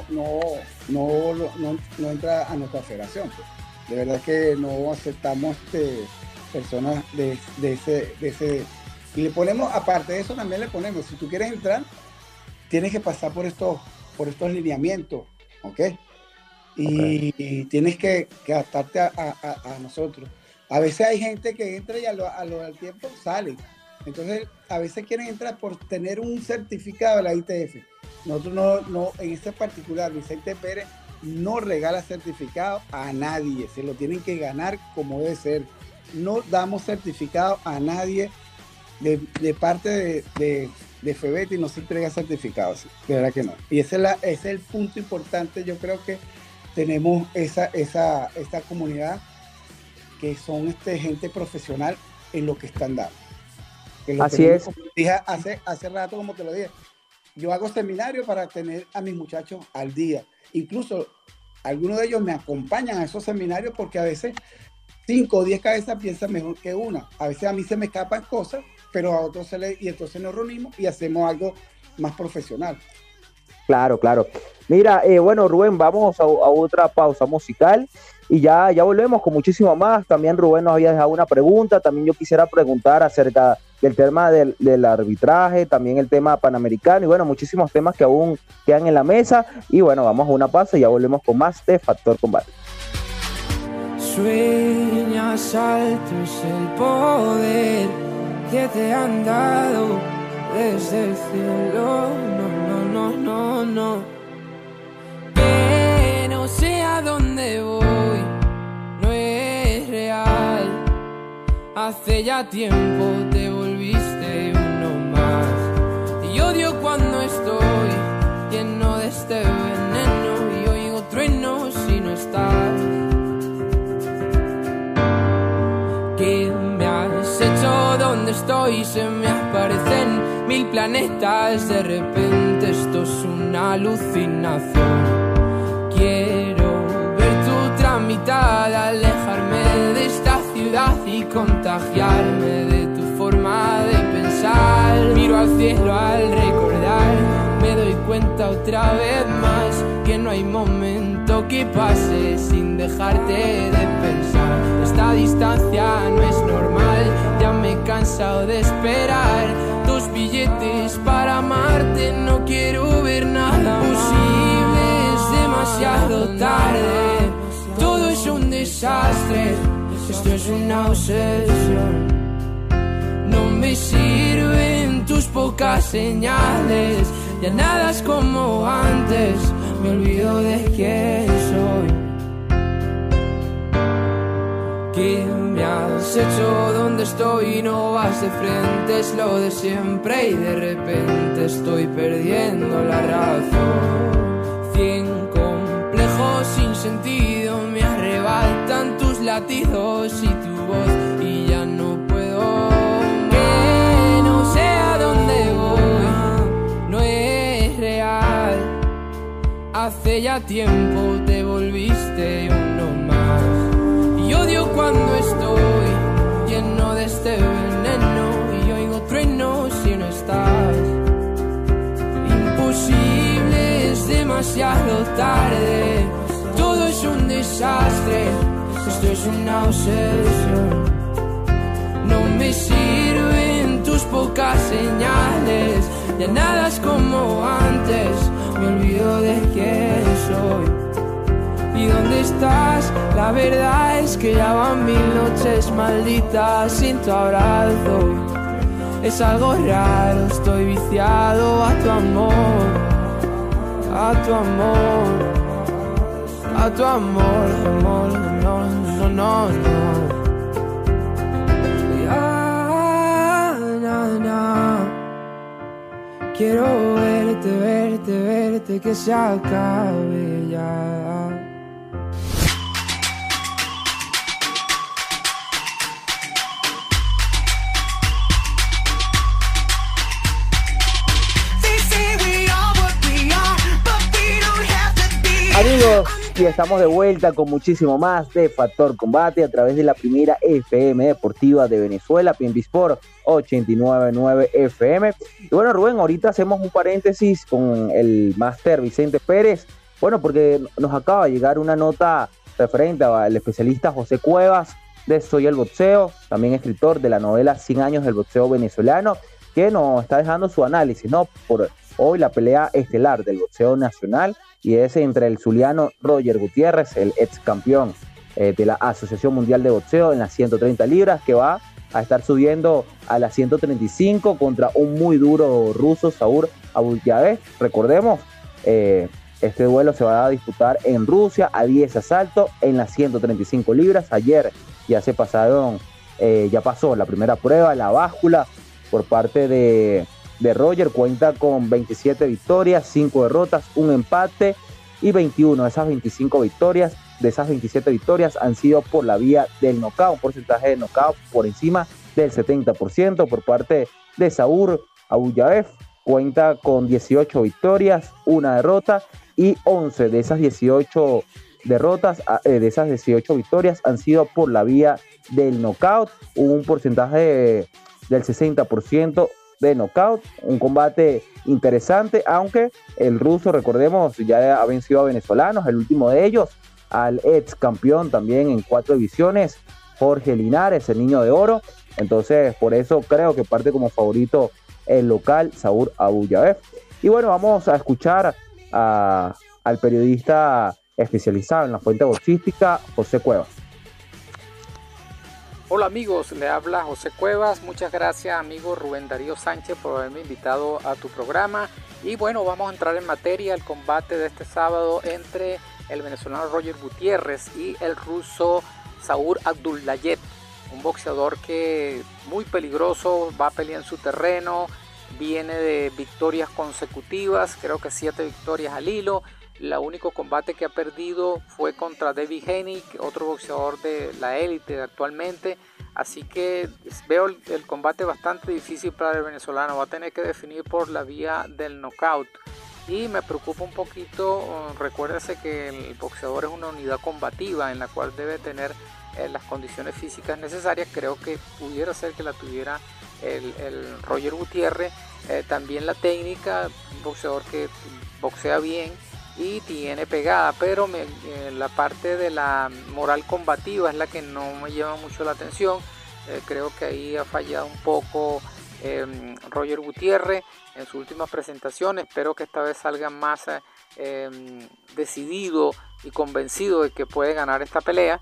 no entra a nuestra federación. De verdad que no aceptamos personas de ese. Y le ponemos, aparte de eso, también le ponemos, si tú quieres entrar, tienes que pasar por estos lineamientos, ¿ok? Y tienes que adaptarte a nosotros. A veces hay gente que entra y a lo del tiempo sale. Entonces, a veces quieren entrar por tener un certificado de la ITF. Nosotros no, en este particular, Vicente Pérez no regala certificado a nadie. Se lo tienen que ganar como debe ser. No damos certificado a nadie de parte de FEBETI, no se entrega certificados. De verdad que no. Y ese es el punto importante. Yo creo que tenemos esta comunidad que son gente profesional en lo que están dando. Así es. Como dije hace rato, como te lo dije, yo hago seminarios para tener a mis muchachos al día. Incluso algunos de ellos me acompañan a esos seminarios porque a veces 5 o 10 cabezas piensan mejor que una. A veces a mí se me escapan cosas, pero a otros y entonces nos reunimos y hacemos algo más profesional. Claro. Mira, bueno, Rubén, vamos a otra pausa musical y ya volvemos con muchísimo más. También Rubén nos había dejado una pregunta. También yo quisiera preguntar acerca del tema del arbitraje, también el tema panamericano y bueno, muchísimos temas que aún quedan en la mesa. Y bueno, vamos a una pausa y ya volvemos con más de Factor Combate. Sueñas alto es el poder que te han dado desde el cielo. No. a dónde voy, no es real. Hace ya tiempo te volviste uno más. Y odio cuando estoy lleno de este veneno y oigo truenos si no estás. ¿Qué me has hecho? ¿Dónde estoy? Se me aparecen 1000 planetas. De repente esto es una alucinación. Quiero ver tu tramitar, alejarme de esta ciudad y contagiarme de tu forma de pensar. Miro al cielo al recordar, me doy cuenta otra vez más que no hay momento que pase sin dejarte de pensar. Esta distancia no es normal, ya me he cansado de esperar tus billetes para amarte. No quiero ver nada posible, es demasiado tarde. Todo es un desastre, esto es una obsesión. No me sirven tus pocas señales, ya nada es como antes, me olvido de quién soy. ¿Qué me has hecho? ¿Dónde estoy? No vas de frente, es lo de siempre y de repente estoy perdiendo la razón. 100 complejos sin sentido me arrebatan tus latidos y tu voz y ya no puedo. Que no sé a dónde voy, no es real. Hace ya tiempo te volviste uno más. Y odio cuando estoy lleno de este veneno y oigo truenos si no estás. Imposible, es demasiado tarde. Todo es un desastre, esto es una obsesión. No me sirven tus pocas señales, ya nada es como antes, me olvido de quién soy. ¿Y dónde estás? La verdad es que ya van 1000 noches malditas sin tu abrazo. Es algo raro, estoy viciado a tu amor, a tu amor, a tu amor, amor, no, no, no, no. Ya, na, na. Quiero verte, verte, verte, que se acabe ya. Amigos, y estamos de vuelta con muchísimo más de Factor Combate a través de la primera FM deportiva de Venezuela, PNB Sport 89.9 FM. Y bueno, Rubén, ahorita hacemos un paréntesis con el máster Vicente Pérez. Bueno, porque nos acaba de llegar una nota referente al especialista José Cuevas de Soy el Boxeo, también escritor de la novela 100 años del boxeo venezolano, que nos está dejando su análisis, ¿no? Por hoy la pelea estelar del boxeo nacional, y es entre el zuliano Roger Gutiérrez, el ex campeón de la Asociación Mundial de Boxeo en las 130 libras, que va a estar subiendo a las 135 contra un muy duro ruso, Saur Abuyayev. Recordemos, este duelo se va a disputar en Rusia a 10 asaltos en las 135 libras. Ayer ya ya pasó la primera prueba, la báscula por parte de Roger. Cuenta con 27 victorias, 5 derrotas, un empate y 21 de esas 25 victorias, de esas 27 victorias han sido por la vía del knockout, un porcentaje de knockout por encima del 70% por parte de Saur Abuyayev. Cuenta con 18 victorias, una derrota y 11 de esas 18 derrotas, de esas 18 victorias han sido por la vía del knockout, un porcentaje del 60% de knockout. Un combate interesante, aunque el ruso, recordemos, ya ha vencido a venezolanos, el último de ellos al ex campeón también en 4 divisiones, Jorge Linares, el niño de oro. Entonces por eso creo que parte como favorito el local Saur Abuyayev. Y bueno, vamos a escuchar al periodista especializado en la fuente boxística, José Cuevas. Hola amigos, le habla José Cuevas. Muchas gracias amigo Rubén Darío Sánchez por haberme invitado a tu programa. Y bueno, vamos a entrar en materia, el combate de este sábado entre el venezolano Roger Gutiérrez y el ruso Saur Abdullayev, un boxeador que muy peligroso, va a pelear en su terreno, viene de victorias consecutivas, creo que 7 victorias al hilo. El único combate que ha perdido fue contra David Hennig, otro boxeador de la élite actualmente. Así que veo el combate bastante difícil para el venezolano. Va a tener que definir por la vía del knockout. Y me preocupa un poquito, recuérdese que el boxeador es una unidad combativa en la cual debe tener las condiciones físicas necesarias. Creo que pudiera ser que la tuviera el Roger Gutiérrez. También la técnica, un boxeador que boxea bien y tiene pegada, pero la parte de la moral combativa es la que no me llama mucho la atención. Creo que ahí ha fallado un poco Roger Gutiérrez en sus últimas presentaciones. Espero que esta vez salga más decidido y convencido de que puede ganar esta pelea.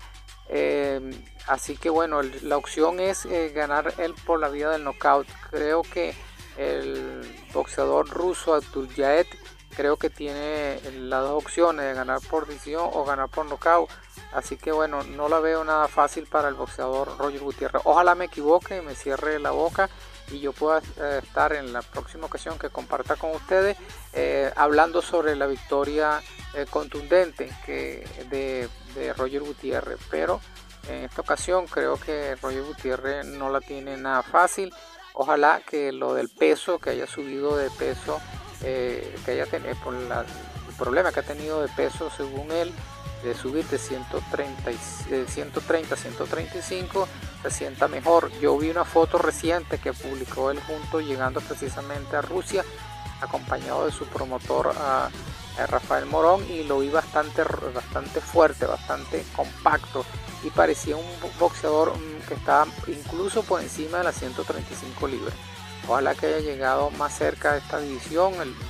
Así que bueno, la opción es ganar él por la vía del knockout. Creo que el boxeador ruso Abdullayev creo que tiene las dos opciones de ganar por decisión o ganar por knockout. Así que bueno, no la veo nada fácil para el boxeador Roger Gutiérrez. Ojalá me equivoque, me cierre la boca y yo pueda estar en la próxima ocasión que comparta con ustedes hablando sobre la victoria contundente de Roger Gutiérrez. Pero en esta ocasión creo que Roger Gutiérrez no la tiene nada fácil. Ojalá que lo del peso, que haya subido de peso, que haya tenido por el problema que ha tenido de peso según él, de subir de 130 a 135, se sienta mejor. Yo vi una foto reciente que publicó él llegando precisamente a Rusia, acompañado de su promotor a Rafael Morón, y lo vi bastante fuerte, bastante compacto, y parecía un boxeador que estaba incluso por encima de las 135 libras. Ojalá que haya llegado más cerca de esta división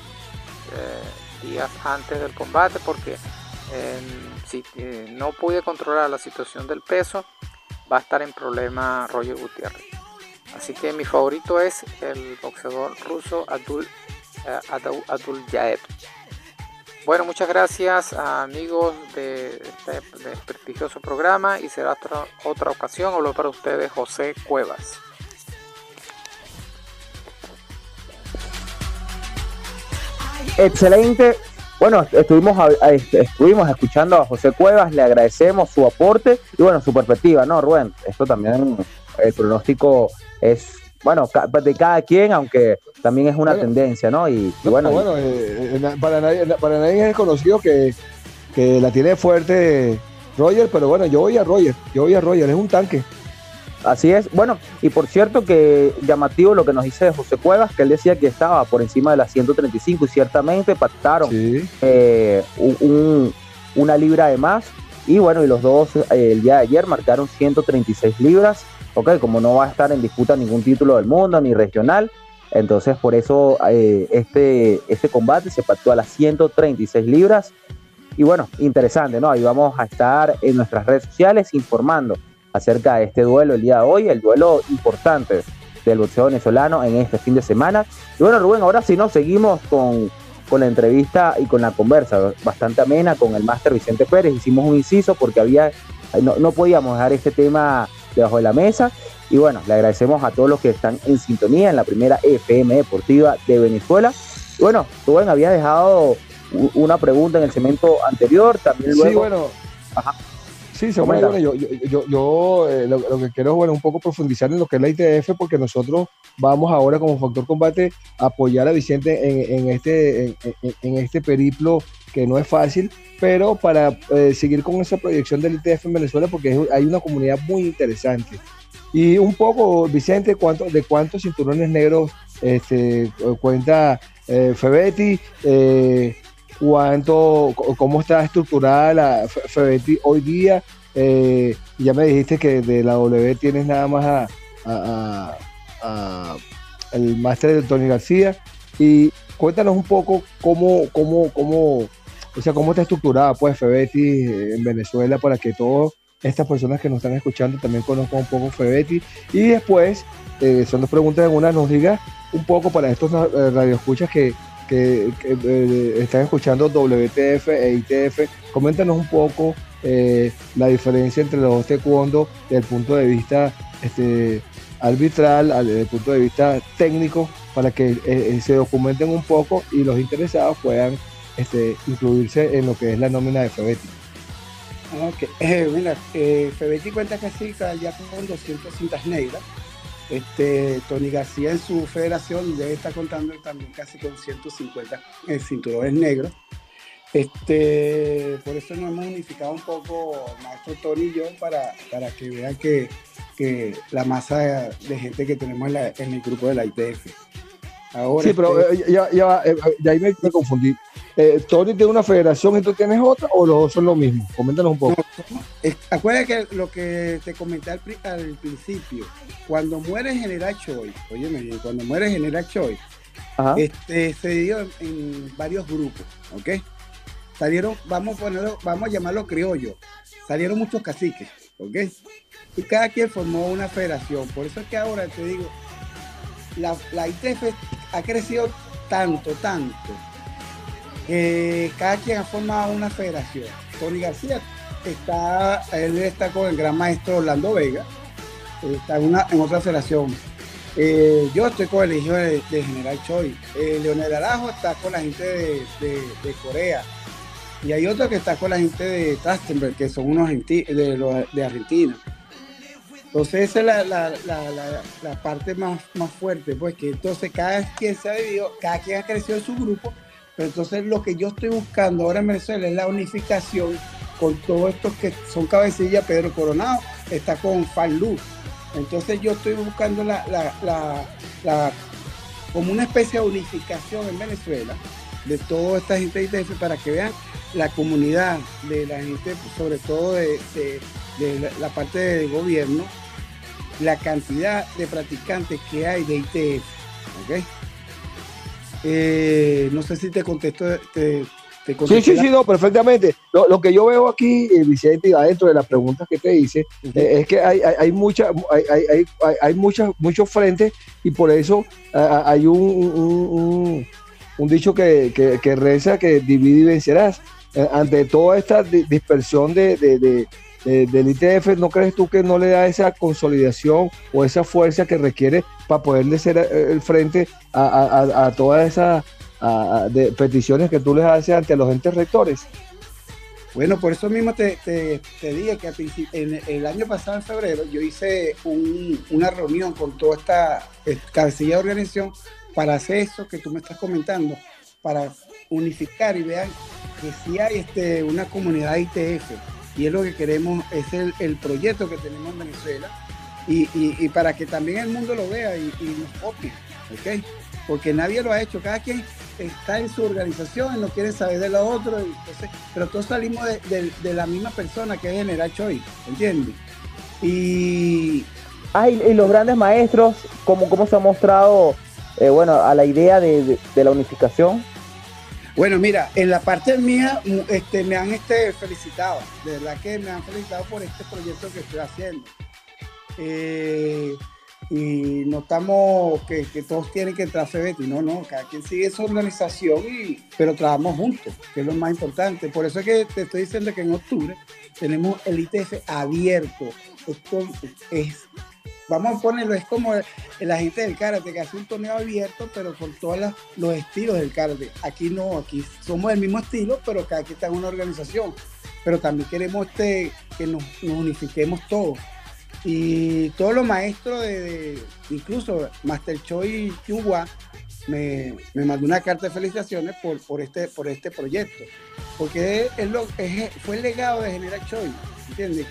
días antes del combate, porque si no pude controlar la situación del peso, va a estar en problema Roger Gutiérrez. Así que mi favorito es el boxeador ruso Abdullayev. Bueno, muchas gracias amigos de este prestigioso programa, y será otra ocasión. Hablo para ustedes José Cuevas. Excelente. Bueno, estuvimos escuchando a José Cuevas, le agradecemos su aporte y bueno, su perspectiva, ¿no, Rubén? Esto también, el pronóstico es, bueno, de cada quien, aunque también es una tendencia, ¿no? Para nadie es desconocido que la tiene fuerte Roger, pero bueno, yo voy a Roger, es un tanque. Así es. Bueno, y por cierto que llamativo lo que nos dice José Cuevas, que él decía que estaba por encima de las 135 y ciertamente pactaron una libra de más, y bueno, y los dos el día de ayer marcaron 136 libras, ok, como no va a estar en disputa ningún título del mundo ni regional, entonces por eso este combate se pactó a las 136 libras, y bueno, interesante, ¿no? Ahí vamos a estar en nuestras redes sociales informando acerca de este duelo el día de hoy, el duelo importante del boxeo venezolano en este fin de semana. Y bueno, Rubén, ahora sí nos seguimos con la entrevista y con la conversa bastante amena con el máster Vicente Pérez. Hicimos un inciso porque no podíamos dejar este tema debajo de la mesa. Y bueno, le agradecemos a todos los que están en sintonía en la primera FM Deportiva de Venezuela. Y bueno, Rubén había dejado una pregunta en el segmento anterior, también luego... Sí, bueno. Ajá. Sí, bueno, yo lo que quiero es un poco profundizar en lo que es la ITF, porque nosotros vamos ahora como Factor Combate a apoyar a Vicente en este periplo que no es fácil, pero para seguir con esa proyección del ITF en Venezuela, porque hay una comunidad muy interesante. Y un poco, Vicente, de cuántos cinturones negros cuenta Febetti, cómo está estructurada la Febetti hoy día. Ya me dijiste que de la W tienes nada más el máster de Tony García, y cuéntanos un poco cómo está estructurada pues Febetti en Venezuela, para que todas estas personas que nos están escuchando también conozcan un poco Febetti, y después son dos preguntas en una, nos diga un poco para estos radioescuchas que están escuchando WTF e ITF, coméntanos un poco la diferencia entre los dos taekwondo desde el punto de vista arbitral, desde el punto de vista técnico, para que se documenten un poco y los interesados puedan incluirse en lo que es la nómina de FEBETI. Okay. Mira, FEBETI cuenta casi ya con 200 cintas negras. Tony García en su federación debe estar contando también casi con 150 cinturones negros. Por eso nos hemos unificado un poco, maestro Tony y yo, para que vean que la masa de gente que tenemos en el grupo de la ITF. Ahora, sí, pero ya ahí me confundí. ¿Tony tiene una federación y tú tienes otra, o los dos son lo mismo? Coméntanos un poco. No, acuérdate que lo que te comenté al principio, cuando muere General Choi, cuando muere General Choi, se dividió en varios grupos, ¿ok? Salieron, vamos a llamarlo criollo, salieron muchos caciques, ¿ok? Y cada quien formó una federación. Por eso es que ahora te digo, la ITF ha crecido tanto, que cada quien ha formado una federación. Tony García está con el gran maestro Orlando Vega, está en otra federación. Yo estoy con el hijo de General Choi. Leonel Arajo está con la gente de Corea. Y hay otro que está con la gente de Trachtenberg, que son unos de Argentina. Entonces esa es la parte más fuerte, pues que entonces cada quien se ha dividido, cada quien ha crecido en su grupo, pero entonces lo que yo estoy buscando ahora en Venezuela es la unificación con todos estos que son cabecillas. Pedro Coronado está con Fanlu. Entonces yo estoy buscando como una especie de unificación en Venezuela de toda esta gente de ITF, para que vean la comunidad de la gente, sobre todo de la parte de gobierno, la cantidad de practicantes que hay de ITF, ¿ok? No sé si te contesto. Sí, no, perfectamente. Lo que yo veo aquí, Vicente, adentro de las preguntas que te hice, es que hay muchos frentes, y por eso hay un dicho que reza que divide y vencerás. Ante toda esta dispersión del ITF, ¿no crees tú que no le da esa consolidación o esa fuerza que requiere para poderle ser el frente a todas esas peticiones que tú les haces ante los entes rectores? Bueno, por eso mismo te dije que el año pasado, en febrero, yo hice una reunión con toda esta cabecilla de organización para hacer eso que tú me estás comentando, para unificar y vean que sí hay una comunidad ITF, y es lo que queremos, es el proyecto que tenemos en Venezuela, y para que también el mundo lo vea y nos copie, ¿ok? Porque nadie lo ha hecho, cada quien está en su organización y no quiere saber de lo otro, entonces, pero todos salimos de la misma persona, que es General Choi, ¿entiendes? Y los grandes maestros, ¿cómo se ha mostrado a la idea de la unificación? Bueno, mira, en la parte mía me han felicitado, de verdad que me han felicitado por este proyecto que estoy haciendo. Y notamos que todos tienen que entrar a FEBETI, no, cada quien sigue su organización, pero trabajamos juntos, que es lo más importante. Por eso es que te estoy diciendo que en octubre tenemos el ITF abierto. Vamos a ponerlo, es como la gente del karate, que hace un torneo abierto, pero con todos los estilos del karate. Aquí no, aquí somos del mismo estilo, pero cada quien está en una organización. Pero también queremos que nos unifiquemos todos. Y todos los maestros, incluso Master Choi Yuhua, me mandó una carta de felicitaciones por este proyecto. Porque fue el legado de General Choi, ¿entiendes?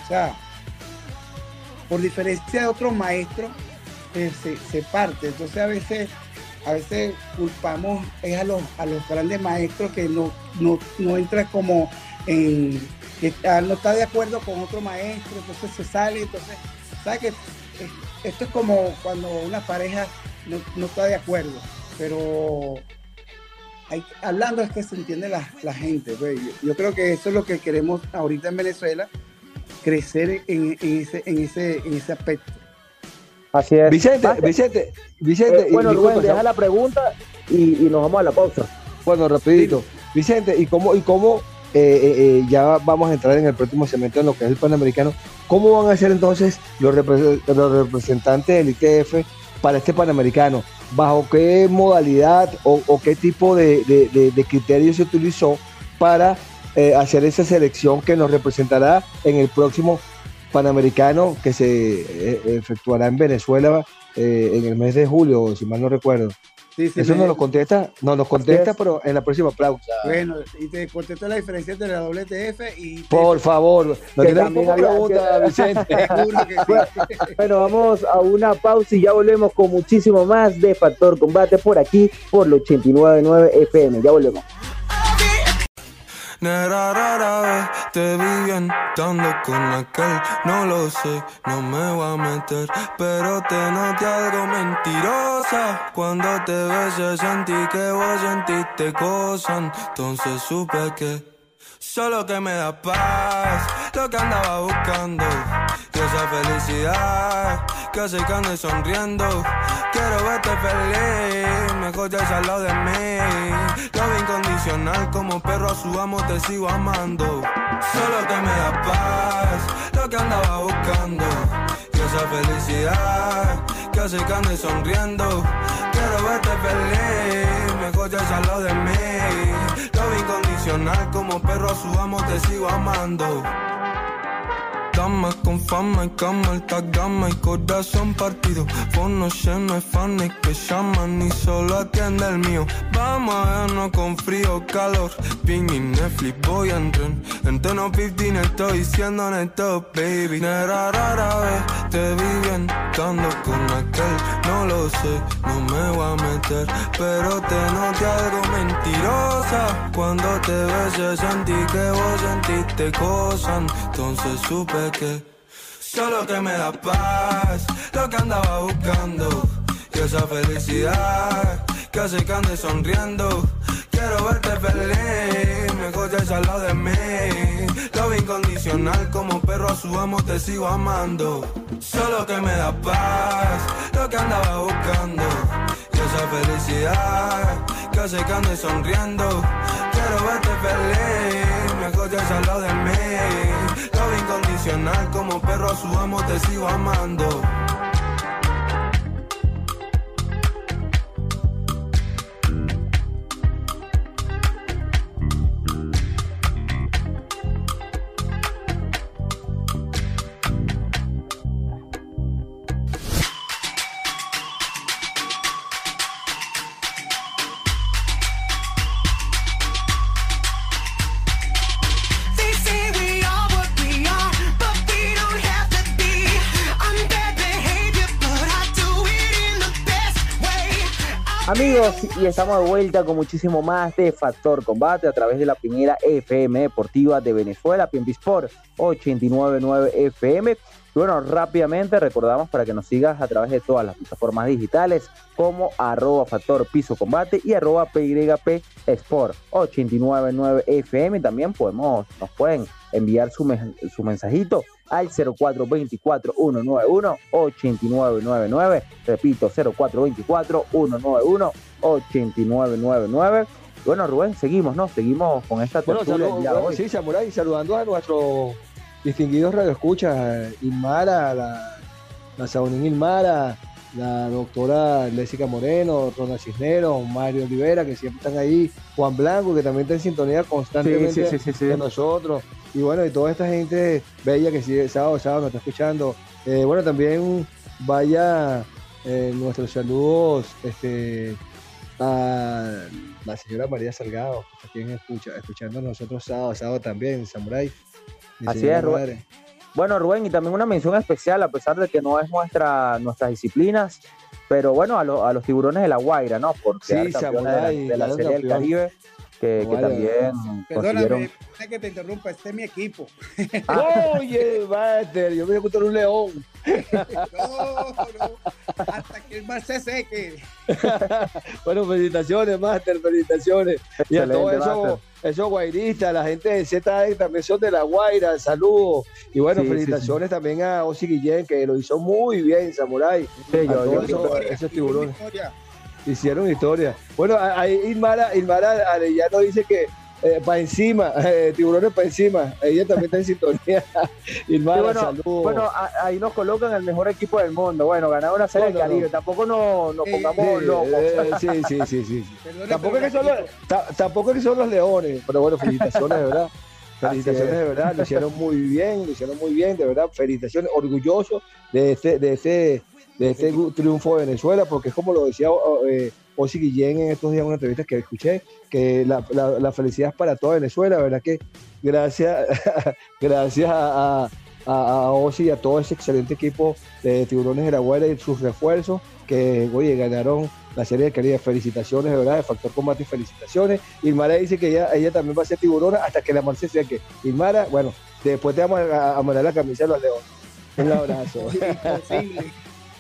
Por diferencia de otros maestros, se parte. Entonces a veces culpamos a los grandes maestros que no entra como en que no está de acuerdo con otro maestro, entonces se sale. Entonces, ¿sabes qué? Esto es como cuando una pareja no está de acuerdo, pero hablando es que se entiende la gente, pues. Yo creo que eso es lo que queremos ahorita en Venezuela, crecer en ese aspecto. Así es. Vicente. Bueno, Rubén, deja la pregunta y nos vamos a la pausa. Bueno, rapidito. Vicente, ¿y cómo ya vamos a entrar en el próximo segmento en lo que es el Panamericano? ¿Cómo van a ser entonces los representantes del ITF para este Panamericano? ¿Bajo qué modalidad o qué tipo de criterios se utilizó para hacer esa selección que nos representará en el próximo Panamericano que se efectuará en Venezuela en el mes de julio, si mal no recuerdo? Sí, Eso nos lo contesta, pero en la próxima pausa. Bueno, y te contesto la diferencia entre la WTF y... Por favor, no que tienes también poca había pregunta, Vicente. Seguro que sí. Bueno, vamos a una pausa y ya volvemos con muchísimo más de Factor Combate por aquí, por los 89.9 FM. Ya volvemos. Negra, rara vez te vi bien estando con aquel. No lo sé, no me voy a meter, pero te noté algo mentirosa. Cuando te besé sentí que vos sentiste cosas. Entonces supe que solo que me da paz, lo que andaba buscando, y esa felicidad que hace que ande sonriendo. Quiero verte feliz, mejor ya al lado de mí. Love incondicional, como perro a su amo te sigo amando. Solo que me da paz, lo que andaba buscando, y esa felicidad que hace que ande sonriendo. Quiero verte feliz, mejor ya al lado de mí. Love incondicional, como perro a su amo te sigo amando. Dama con fama y cama, alta gama y corazón partido. Fono lleno de fans que llaman y solo atiende el mío. Vamos a vernos con frío, calor, ping y Netflix, voy a entrar. En tono 15 estoy siendo honesto, baby. Negra, rara vez te vi bien estando con aquel. No lo sé, no me voy a meter, pero te noté algo mentirosa. Cuando te besé sentí que vos sentiste cosas. Entonces supe que solo que me da paz, lo que andaba buscando, y esa felicidad que hace que ande sonriendo. Quiero verte feliz, mejor ya al lado de mí. Love incondicional, como perro a su amo te sigo amando. Solo que me da paz, lo que andaba buscando, y esa felicidad que hace que ande sonriendo. Quiero verte feliz, mejor ya al lado de mí. Love incondicional, como perro a su amo te sigo amando. Amigos, y estamos de vuelta con muchísimo más de Factor Combate a través de la primera FM Deportiva de Venezuela, PNB Sport 89.9 FM. Y bueno, rápidamente recordamos para que nos sigas a través de todas las plataformas digitales como @FactorPisoCombate y @PYP Sport 89.9 FM. También nos pueden enviar su mensajito al 0424-191-8999. Repito, 0424-191-8999. Bueno, Rubén, seguimos con esta tertulia. Sí, Samurai, saludando a nuestros distinguidos radioescuchas, Ilmara, la Sabonín Ilmara, la doctora Lésica Moreno, Ronald Cisneros, Mario Olivera, que siempre están ahí, Juan Blanco, que también está en sintonía constantemente de nosotros, y bueno, y toda esta gente bella que sigue sábado nos está escuchando. Bueno, también vaya nuestros saludos a la señora María Salgado, a quien escuchando a nosotros sábado también, Samurai. Así es, Rubén. Bueno, Rubén, y también una mención especial, a pesar de que no es nuestras disciplinas, pero bueno, a los Tiburones de La Guaira, ¿no? Por ser campeones de la Serie del Caribe, que también Perdóname, que te interrumpa, este es mi equipo. Oye, Master, yo me voy a encontrar un león. No, hasta que el mar se seque. Bueno, felicitaciones, Master, felicitaciones. Y a todos esos guairistas, la gente de ZA también son de La Guaira, saludos. Y bueno, felicitaciones también a Osi Guillén, que lo hizo muy bien, Samurai. Esos tiburones. Hicieron historia. Bueno, ahí Ilmara Arellano dice que para encima, tiburones para encima. Ella también está en sintonía. Ilmara, bueno, saludos. Bueno, ahí nos colocan el mejor equipo del mundo. Bueno, ganaron una serie del Caribe. Tampoco nos pongamos locos. Sí. Tampoco que son los leones. Pero bueno, felicitaciones, de verdad. Felicitaciones, de verdad. Lo hicieron muy bien, de verdad. Felicitaciones, orgulloso de este triunfo de Venezuela, porque es como lo decía Osi Guillén en estos días en una entrevista que escuché, que la felicidad es para toda Venezuela, ¿verdad? Que gracias a Osi y a todo ese excelente equipo de Tiburones de la Guaira y sus refuerzos, que, oye, ganaron la Serie del Caribe. Felicitaciones, de verdad, de Factor Combate, felicitaciones. Ilmara dice que ella también va a ser tiburona hasta que la Marce sea que. Ilmara, bueno, después te vamos a mandar la camisa de los leones. Un abrazo. Imposible.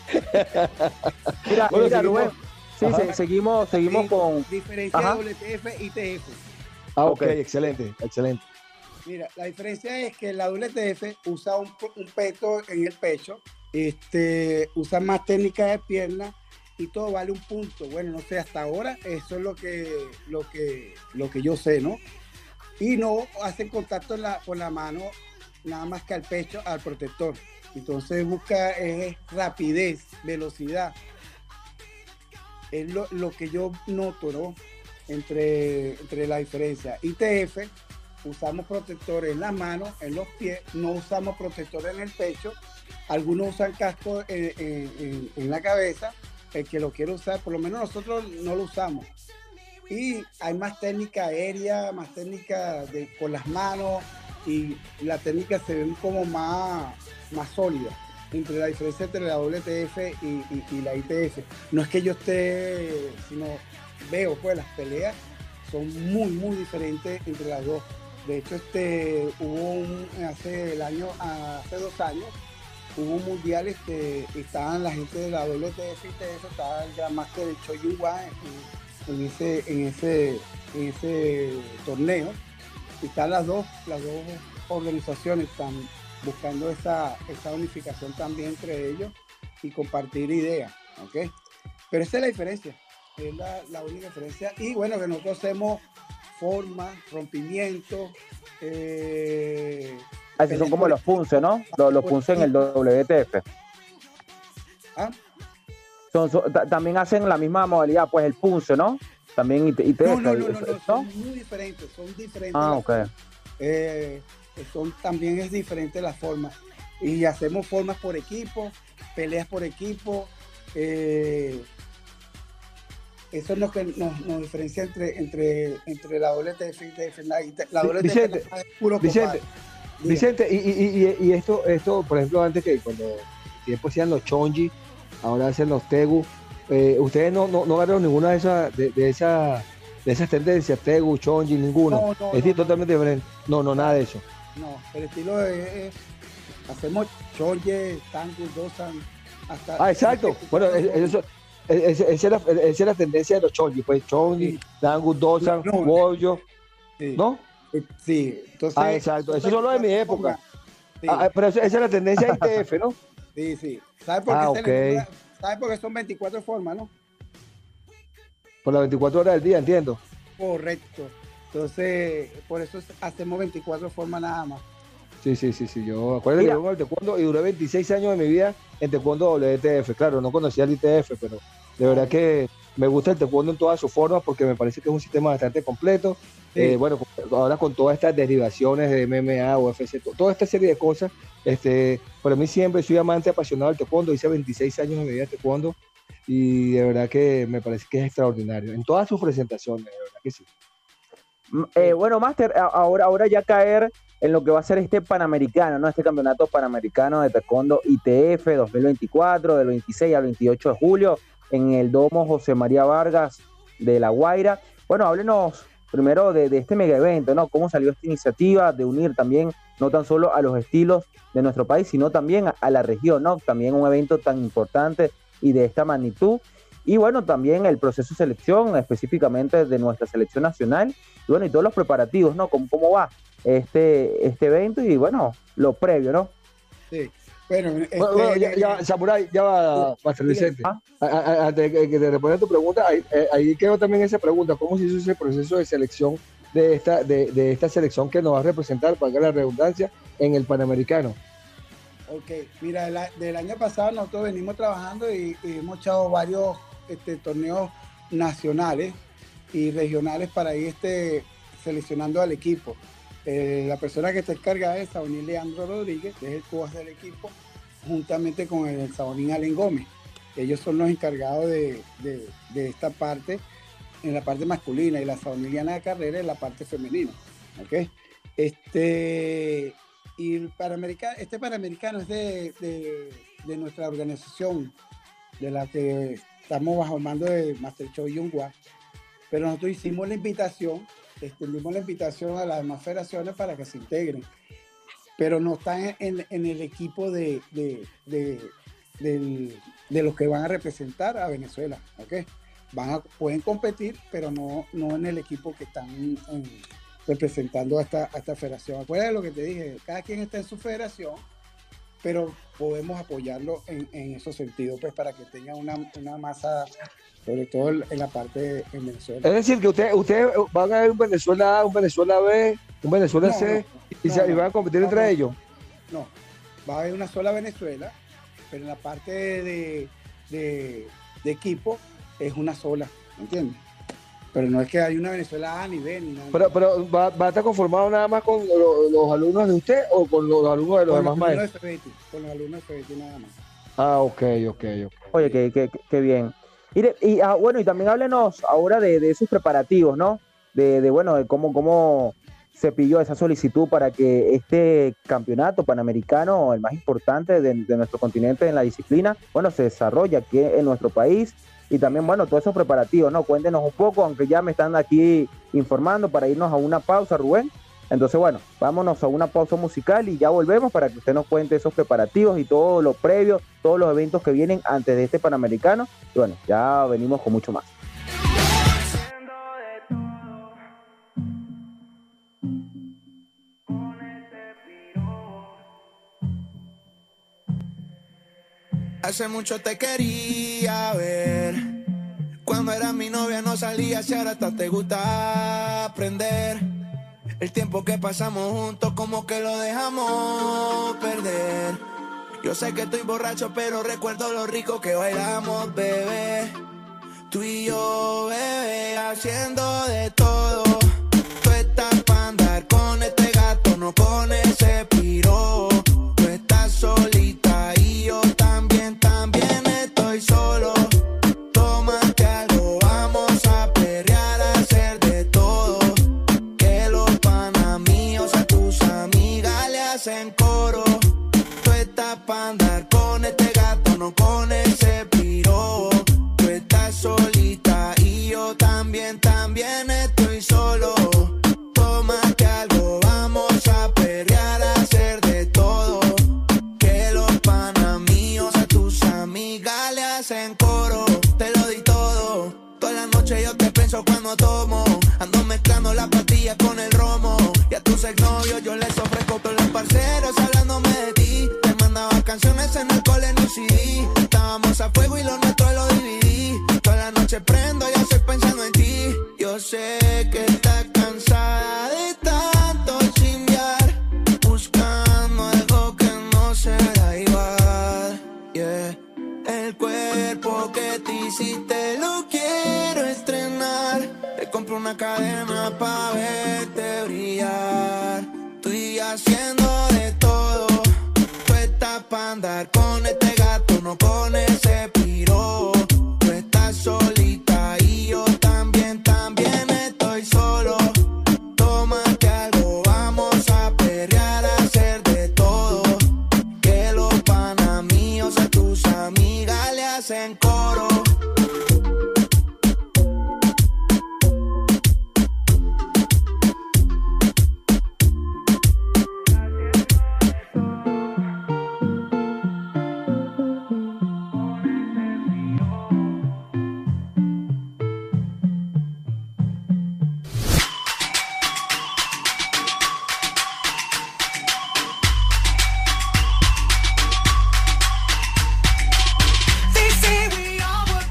Mira, Rubén. Sí, seguimos con... Diferencia de WTF y TF. Ok, excelente. Mira, la diferencia es que la WTF usa un peto en el pecho, usa más técnica de pierna y todo vale un punto. Bueno, no sé, hasta ahora eso es lo que yo sé, ¿no? Y no hacen contacto con la mano nada más que al pecho, al protector. Entonces busca rapidez, velocidad. Es lo que yo noto, ¿no? Entre la diferencia. ITF, usamos protectores en las manos, en los pies, no usamos protectores en el pecho. Algunos usan casco en la cabeza. El que lo quiere usar, por lo menos nosotros no lo usamos. Y hay más técnica aérea, más técnica con las manos, y la técnica se ve como más sólida entre la diferencia entre la WTF y la ITF. No es que yo esté, sino veo, pues las peleas son muy diferentes entre las dos. De hecho, hubo hace 2 años, hubo un mundial, estaban la gente de la WTF y ITF, estaba el Grandmaster de Choi Yun-hwan en ese torneo, y están las dos organizaciones están buscando esa unificación también entre ellos y compartir ideas, ¿ok? Pero esa es la diferencia, es la única diferencia. Y bueno, que nosotros hacemos formas, rompimientos. Así son como los punce, ¿no? Los punce en el WTF. ¿Ah? También hacen la misma modalidad, pues el punce, ¿no? También ITF. No, son muy diferentes, son diferentes. Ok. También es diferente la forma. Y hacemos formas por equipo, peleas por equipo. Eso es lo que nos diferencia entre la WTF y ITF. La WTF es puro combate. Vicente, y esto, por ejemplo, antes que cuando tiempo hacían los chonji, ahora hacen los tegu, ustedes no agarraron ninguna de esas tendencias, tegu, chonji, ninguna. Es totalmente diferente. No, nada de eso. No, el estilo es hacemos chonji, tango, dosan, hasta... exacto. Bueno, esa es la tendencia de los chonji, pues chonji, tango, dosan, wollo, ¿no? Sí, entonces... exacto, eso solo de mi época. Sí. Pero esa es la tendencia ITF, ¿no? Sí. ¿Sabes por qué? ¿Sabes por qué son 24 formas, no? Por las 24 horas del día, entiendo. Correcto. Entonces, por eso hacemos 24 formas nada más. Sí. Yo acuerdo que yo en el taekwondo y duré 26 años de mi vida en taekwondo WTF. Claro, no conocía el ITF, pero de verdad que me gusta el taekwondo en todas sus formas porque me parece que es un sistema bastante completo. Sí. Bueno, ahora con todas estas derivaciones de MMA, UFC, toda esta serie de cosas, para mí siempre soy amante apasionado del taekwondo. Hice 26 años de mi vida de taekwondo y de verdad que me parece que es extraordinario en todas sus presentaciones, de verdad que sí. Bueno, Master, ahora ya caer en lo que va a ser este Panamericano, ¿no? Este Campeonato Panamericano de Taekwondo ITF 2024, del 26 al 28 de julio, en el Domo José María Vargas de La Guaira. Bueno, háblenos primero de este mega evento, ¿no? Cómo salió esta iniciativa de unir también, no tan solo a los estilos de nuestro país, sino también a la región, ¿no? También un evento tan importante y de esta magnitud. Y bueno, también el proceso de selección, específicamente de nuestra selección nacional, y bueno, y todos los preparativos, ¿no? ¿Cómo va este evento? Y bueno, lo previo, ¿no? Sí, Bueno, Samurai, ya va, Master Vicente. Antes de que te responda tu pregunta, ahí quedó también esa pregunta, ¿cómo se hizo ese proceso de selección de esta selección que nos va a representar, para la redundancia, en el Panamericano? Ok, mira, del año pasado nosotros venimos trabajando y hemos echado varios torneos nacionales y regionales para ir seleccionando al equipo. La persona que está encargada es Sabonín Leandro Rodríguez, que es el coach del equipo, juntamente con el Sabonín Allen Gómez. Ellos son los encargados de esta parte, en la parte masculina, y la Sabonín Liana de Carrera en la parte femenina. ¿Okay? Y el Panamericano es de nuestra organización, de la que estamos bajo el mando de Master Choi Yunghwa. Pero nosotros hicimos la invitación, extendimos la invitación a las demás federaciones para que se integren, pero no están en el equipo de los que van a representar a Venezuela, ¿okay? Pueden competir, pero no en el equipo que están representando a esta federación. Acuérdate de lo que te dije, cada quien está en su federación, pero podemos apoyarlo en esos sentidos, pues, para que tengan una masa, sobre todo en la parte en Venezuela. Es decir, que ustedes van a ver un Venezuela A, un Venezuela B, un Venezuela C, y van a competir entre ellos. No, va a haber una sola Venezuela, pero en la parte de equipo es una sola, ¿me entiendes? Pero no es que hay una Venezuela A ni B ni nada. Pero ¿va a estar conformado nada más con los alumnos de usted o con los alumnos de los demás maestros? Con los alumnos de FBT nada más. Ah, ok. Oye, qué bien. Y bueno, y también háblenos ahora de esos preparativos, ¿no? De cómo se pidió esa solicitud para que este campeonato panamericano, el más importante de nuestro continente en la disciplina, bueno, se desarrolle aquí en nuestro país. Y también, bueno, todos esos preparativos, ¿no? Cuéntenos un poco, aunque ya me están aquí informando para irnos a una pausa, Rubén. Entonces, bueno, vámonos a una pausa musical y ya volvemos para que usted nos cuente esos preparativos y todo lo previo, todos los eventos que vienen antes de este Panamericano. Y bueno, ya venimos con mucho más. Hace mucho te quería ver. Cuando eras mi novia no salías y ahora hasta te gusta aprender. El tiempo que pasamos juntos como que lo dejamos perder. Yo sé que estoy borracho pero recuerdo lo rico que bailamos, bebé. Tú y yo, bebé, haciendo de todo. Tú estás pa' andar con este gato, no con ese piro. Tú estás solita y yo también estoy solo. Tómate algo, vamos a perrear, a hacer de todo. Que los panas míos a tus amigas le hacen coro. Tú estás pa' andar con este gato, no con ese piro. Tú estás solita y yo también estoy solo. Tómate algo, vamos a perrear, a hacer de todo. Que los panas míos a tus amigas le hacen coro. Te lo di todo, toda la noche yo te pienso cuando tomo. Ando mezclando las pastillas con el romo. Y a tus exnovios yo les ofrezco todos los parceros hablándome de ti. Te mandaba canciones en el cole en un CD. Estábamos a fuego y lo nuestro lo dividí. Toda la noche prendo y estoy pensando en ti. Yo sé que estás cansada de tanto chimbear, buscando algo que no será igual, yeah. El cuerpo que te hiciste lo quiero estrenar. Te compro una cadena pa' verte brillar. Estoy haciendo de todo. Tú estás pa' andar con este gato, no con ese piro. Tú estás solita y yo también estoy solo. Tómate algo, vamos a perrear, a hacer de todo. Que los panas míos a tus amigas le hacen coro.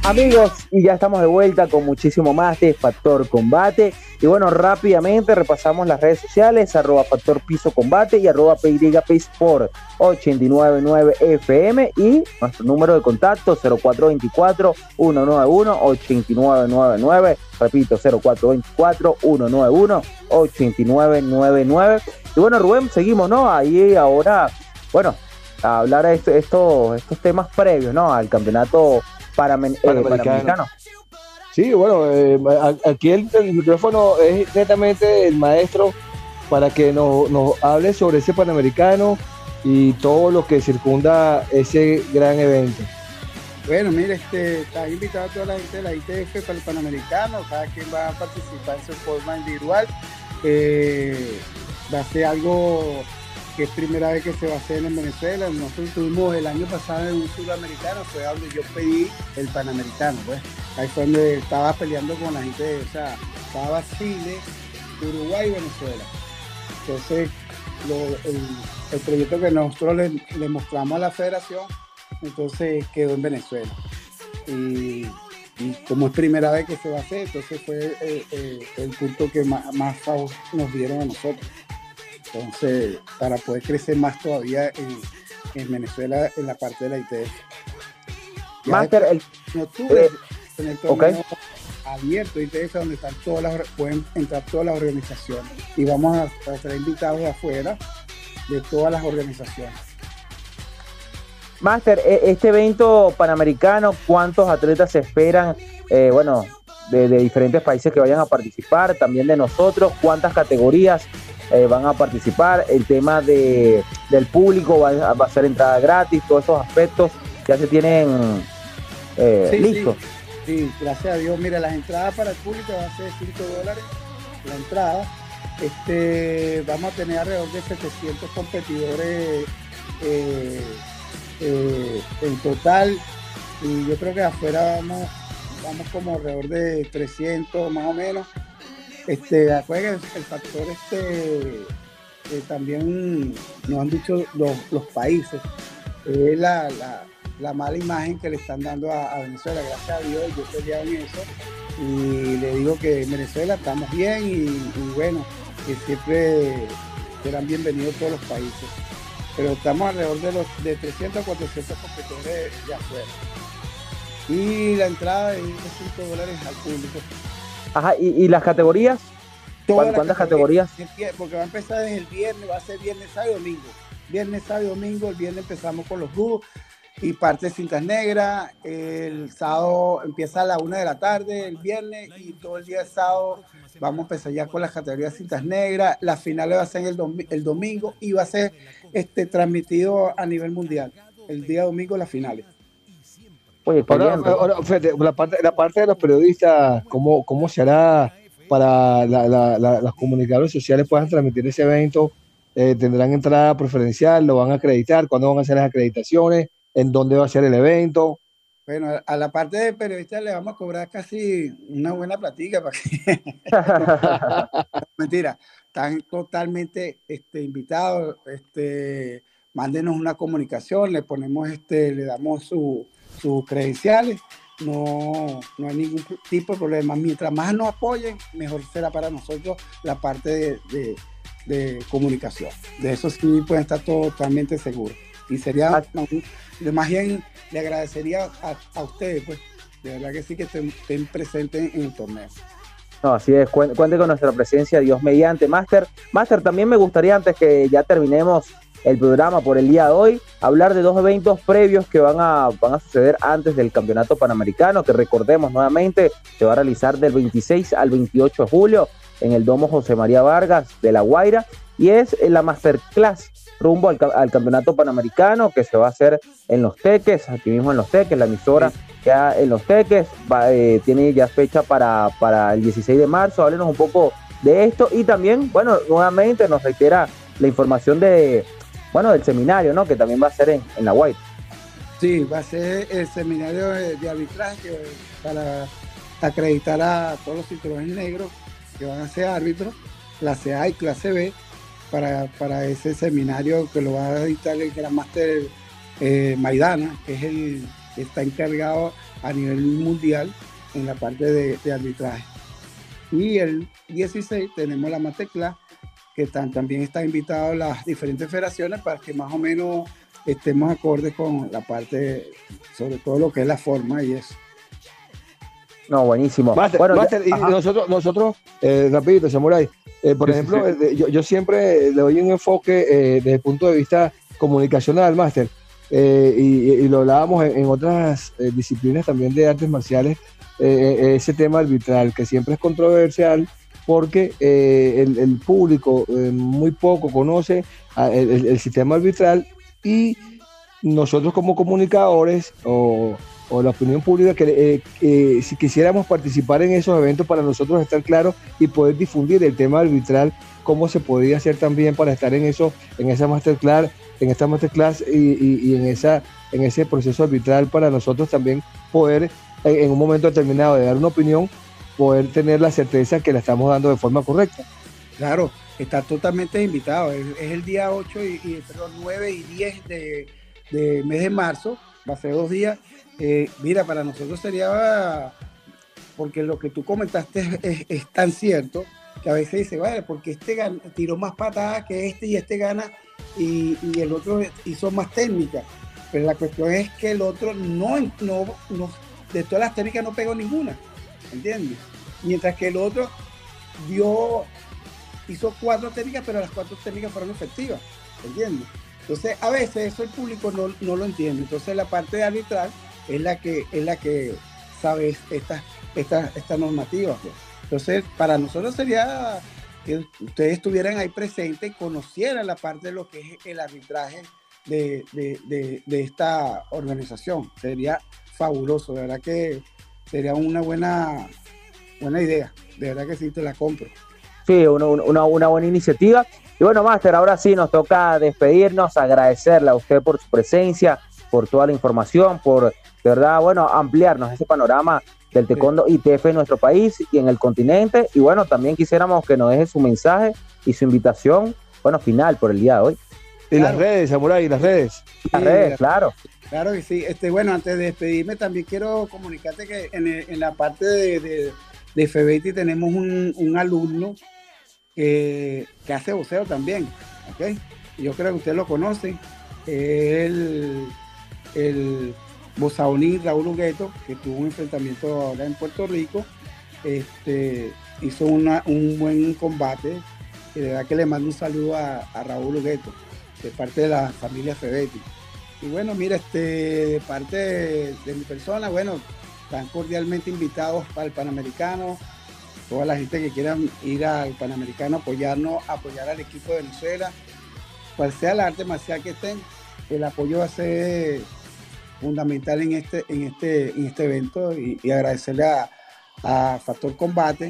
Amigos, y ya estamos de vuelta con muchísimo más de Factor Combate. Y bueno, rápidamente repasamos las redes sociales, @Factor Piso Combate y @PYPSport 899 FM y nuestro número de contacto 0424-191-8999. Repito, 0424-191-8999. Y bueno, Rubén, seguimos, ¿no? Ahí ahora, bueno, a hablar de estos temas previos, ¿no? Al campeonato panamericano. Sí, bueno, aquí el micrófono es netamente el maestro para que nos hable sobre ese Panamericano y todo lo que circunda ese gran evento. Bueno, mire, está invitado a toda la gente de la ITF para el Panamericano, cada quien va a participar en su forma individual. Va a ser algo que es primera vez que se va a hacer en Venezuela. Nosotros tuvimos el año pasado en un sudamericano, fue donde yo pedí el Panamericano, pues. Ahí fue donde estaba peleando con la gente, o sea, estaba Chile, Uruguay y Venezuela. Entonces, el proyecto que nosotros le mostramos a la federación, entonces quedó en Venezuela. Y como es primera vez que se va a hacer, entonces fue el punto que más favor nos dieron a nosotros. Entonces, para poder crecer más todavía en Venezuela en la parte de la ITF. Master, en octubre, en el torneo abierto ITF, donde pueden entrar todas las organizaciones. Y vamos a traer invitados de afuera, de todas las organizaciones. Master, este evento panamericano, ¿cuántos atletas se esperan? Bueno, de diferentes países que vayan a participar, también de nosotros, ¿cuántas categorías van a participar? El tema del público va a ser entrada gratis, todos esos aspectos ya se tienen listos. Sí, gracias a Dios. Mira, las entradas para el público va a ser $5 la entrada. Vamos a tener alrededor de 700 competidores en total, y yo creo que afuera vamos como alrededor de 300 más o menos. Acuérdense que el factor también nos han dicho los países, es la mala imagen que le están dando a Venezuela. Gracias a Dios yo he peleado en eso y le digo que en Venezuela estamos bien y bueno, que siempre serán bienvenidos todos los países, pero estamos alrededor de 300 a 400 competidores de afuera, y la entrada es de $5 al público. Ajá, ¿y las categorías? ¿Cuántas categorías? Porque va a empezar desde el viernes, va a ser viernes, sábado y domingo. Viernes, sábado y domingo. El viernes empezamos con los GU y parte de cintas negras. El sábado empieza a la 1 de la tarde, el viernes, y todo el día de sábado vamos a empezar ya con las categorías cintas negras. Las finales va a ser el domingo y va a ser transmitido a nivel mundial. El día domingo las finales. Oye, ahora, Fede, la parte de los periodistas, ¿cómo se hará para los comunicadores sociales puedan transmitir ese evento? ¿Tendrán entrada preferencial? ¿Lo van a acreditar? ¿Cuándo van a hacer las acreditaciones? ¿En dónde va a ser el evento? Bueno, a la parte de periodistas le vamos a cobrar casi una buena platica para que... Mentira, están totalmente invitados. Mándenos una comunicación, le ponemos le damos sus credenciales. No hay ningún tipo de problema. Mientras más nos apoyen, mejor será para nosotros la parte de comunicación. De eso sí pueden estar totalmente seguros. Y sería, más bien, le agradecería a ustedes, pues, de verdad que sí, que estén presentes en el torneo. No, así es, cuente con nuestra presencia, Dios mediante. Master, también me gustaría, antes que ya terminemos el programa por el día de hoy, hablar de dos eventos previos que van a suceder antes del Campeonato Panamericano, que recordemos nuevamente, se va a realizar del 26 al 28 de julio en el Domo José María Vargas de La Guaira, y es la Masterclass rumbo al Campeonato Panamericano, que se va a hacer en Los Teques, aquí mismo en Los Teques, la emisora ya en Los Teques, tiene ya fecha para el 16 de marzo. Háblenos un poco de esto, y también, bueno, nuevamente nos reitera la información del seminario, ¿no?, que también va a ser en La Guaira. Sí, va a ser el seminario de arbitraje para acreditar a todos los cinturones negros que van a ser árbitros, clase A y clase B, para ese seminario que lo va a dictar el Gran Máster Maidana, que es que está encargado a nivel mundial en la parte de arbitraje. Y el 16 tenemos la Masterclass, que también están invitados las diferentes federaciones para que más o menos estemos acordes con la parte, sobre todo lo que es la forma y eso. No, buenísimo. Master, y nosotros rapidito, Samurai, por ejemplo, yo siempre le doy un enfoque desde el punto de vista comunicacional, Master, y lo hablábamos en otras disciplinas también de artes marciales, ese tema arbitral, que siempre es controversial, porque el público muy poco conoce el sistema arbitral, y nosotros como comunicadores o la opinión pública, que si quisiéramos participar en esos eventos, para nosotros estar claros y poder difundir el tema arbitral, cómo se podía hacer también para estar en esa masterclass, y en ese proceso arbitral, para nosotros también poder en un momento determinado de dar una opinión, poder tener la certeza que la estamos dando de forma correcta. Claro, está totalmente invitado. Es el día 8 9 y 10 de mes de marzo, va a ser 2 días. Mira, para nosotros sería, porque lo que tú comentaste es tan cierto, que a veces dice, vale, porque este tiró más patadas que y este gana, y el otro hizo más técnicas. Pero la cuestión es que el otro no de todas las técnicas no pegó ninguna, ¿entiendes? Mientras que el otro hizo 4 técnicas, pero las 4 técnicas fueron efectivas, ¿entiendes? Entonces, a veces eso el público no lo entiende. Entonces, la parte de arbitral es la que sabe esta normativa, pues. Entonces, para nosotros sería que ustedes estuvieran ahí presentes y conocieran la parte de lo que es el arbitraje de esta organización. Sería fabuloso, de verdad que sería una buena idea, de verdad que sí, te la compro. Sí, una buena iniciativa. Y bueno, Master, ahora sí nos toca despedirnos, agradecerle a usted por su presencia, por toda la información, por, de verdad, bueno, ampliarnos ese panorama del taekwondo ITF en nuestro país y en el continente. Y bueno, también quisiéramos que nos deje su mensaje y su invitación, bueno, final por el día de hoy. Y las redes, Samurai, y las redes. Las redes, claro. Claro que sí. Bueno, antes de despedirme, también quiero comunicarte que en la parte de FEBETI tenemos un alumno que hace boxeo también, ¿ok? Yo creo que ustedes lo conocen. El boxaoní Raúl Hugueto, que tuvo un enfrentamiento ahora en Puerto Rico, hizo un buen combate, y de verdad que le mando un saludo a Raúl Hugueto, de parte de la familia FEBETI. Y bueno, mira, de parte de mi persona, bueno, están cordialmente invitados para el Panamericano. Toda la gente que quiera ir al Panamericano, apoyar al equipo de Venezuela, cual sea la arte marcial que estén, el apoyo va a ser fundamental en este evento, y agradecerle a Factor Combate,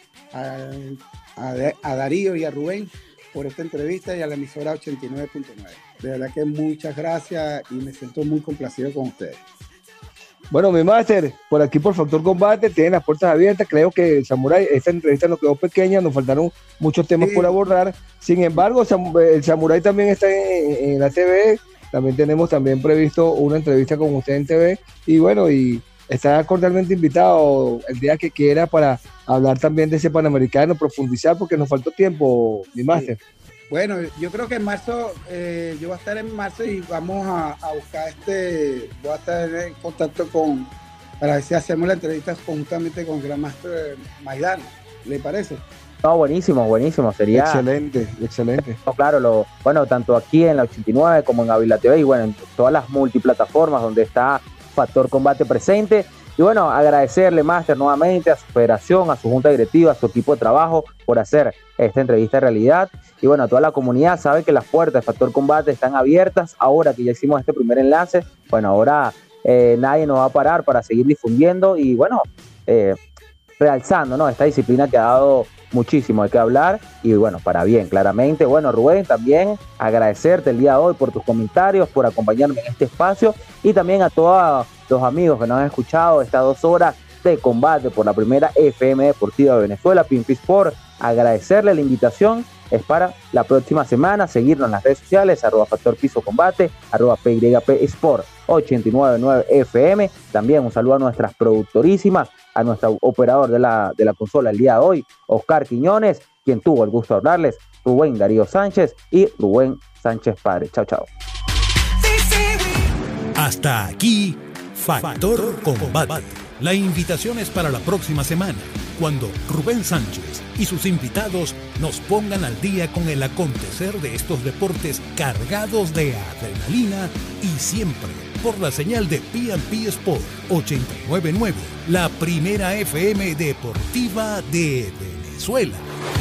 a Darío y a Rubén por esta entrevista, y a la emisora 89.9. De verdad que muchas gracias y me siento muy complacido con ustedes. Bueno, mi máster, por aquí por Factor Combate, tienen las puertas abiertas. Creo que el Samurai, esta entrevista nos quedó pequeña, nos faltaron muchos temas por abordar. Sin embargo, el Samurai también está en la TV. También tenemos previsto una entrevista con usted en TV. Y bueno, y está cordialmente invitado el día que quiera para hablar también de ese Panamericano, profundizar, porque nos faltó tiempo, mi máster. Bueno, yo creo que en marzo, yo voy a estar en marzo y vamos a buscar voy a estar en contacto para ver si hacemos la entrevista conjuntamente con Grandmaster Maidana, ¿le parece? No, buenísimo, sería... Excelente. No, claro, bueno, tanto aquí en la 89 como en Avila TV y bueno, en todas las multiplataformas donde está Factor Combate presente. Y bueno, agradecerle, Master, nuevamente a su federación, a su junta directiva, a su equipo de trabajo por hacer esta entrevista realidad. Y bueno, a toda la comunidad sabe que las puertas de Factor Combate están abiertas. Ahora que ya hicimos este primer enlace, bueno, ahora nadie nos va a parar para seguir difundiendo y bueno, realzando, ¿no?, esta disciplina que ha dado muchísimo de qué hablar y bueno, para bien, claramente. Bueno, Rubén, también agradecerte el día de hoy por tus comentarios, por acompañarme en este espacio y también a todos los amigos que nos han escuchado estas 2 horas de combate por la primera FM Deportiva de Venezuela, Pinfi Sport. Agradecerle la invitación es para la próxima semana. Seguirnos en las redes sociales, @Factor Piso Combate, @PYP Sport 899 FM. También un saludo a nuestras productorísimas, a nuestro operador de la consola el día de hoy, Oscar Quiñones, quien tuvo el gusto de hablarles, Rubén Darío Sánchez y Rubén Sánchez Padre. Chao, chao. Hasta aquí, Factor Combate. La invitación es para la próxima semana, cuando Rubén Sánchez y sus invitados nos pongan al día con el acontecer de estos deportes cargados de adrenalina y siempre por la señal de P&P Sport 899, la primera FM deportiva de Venezuela.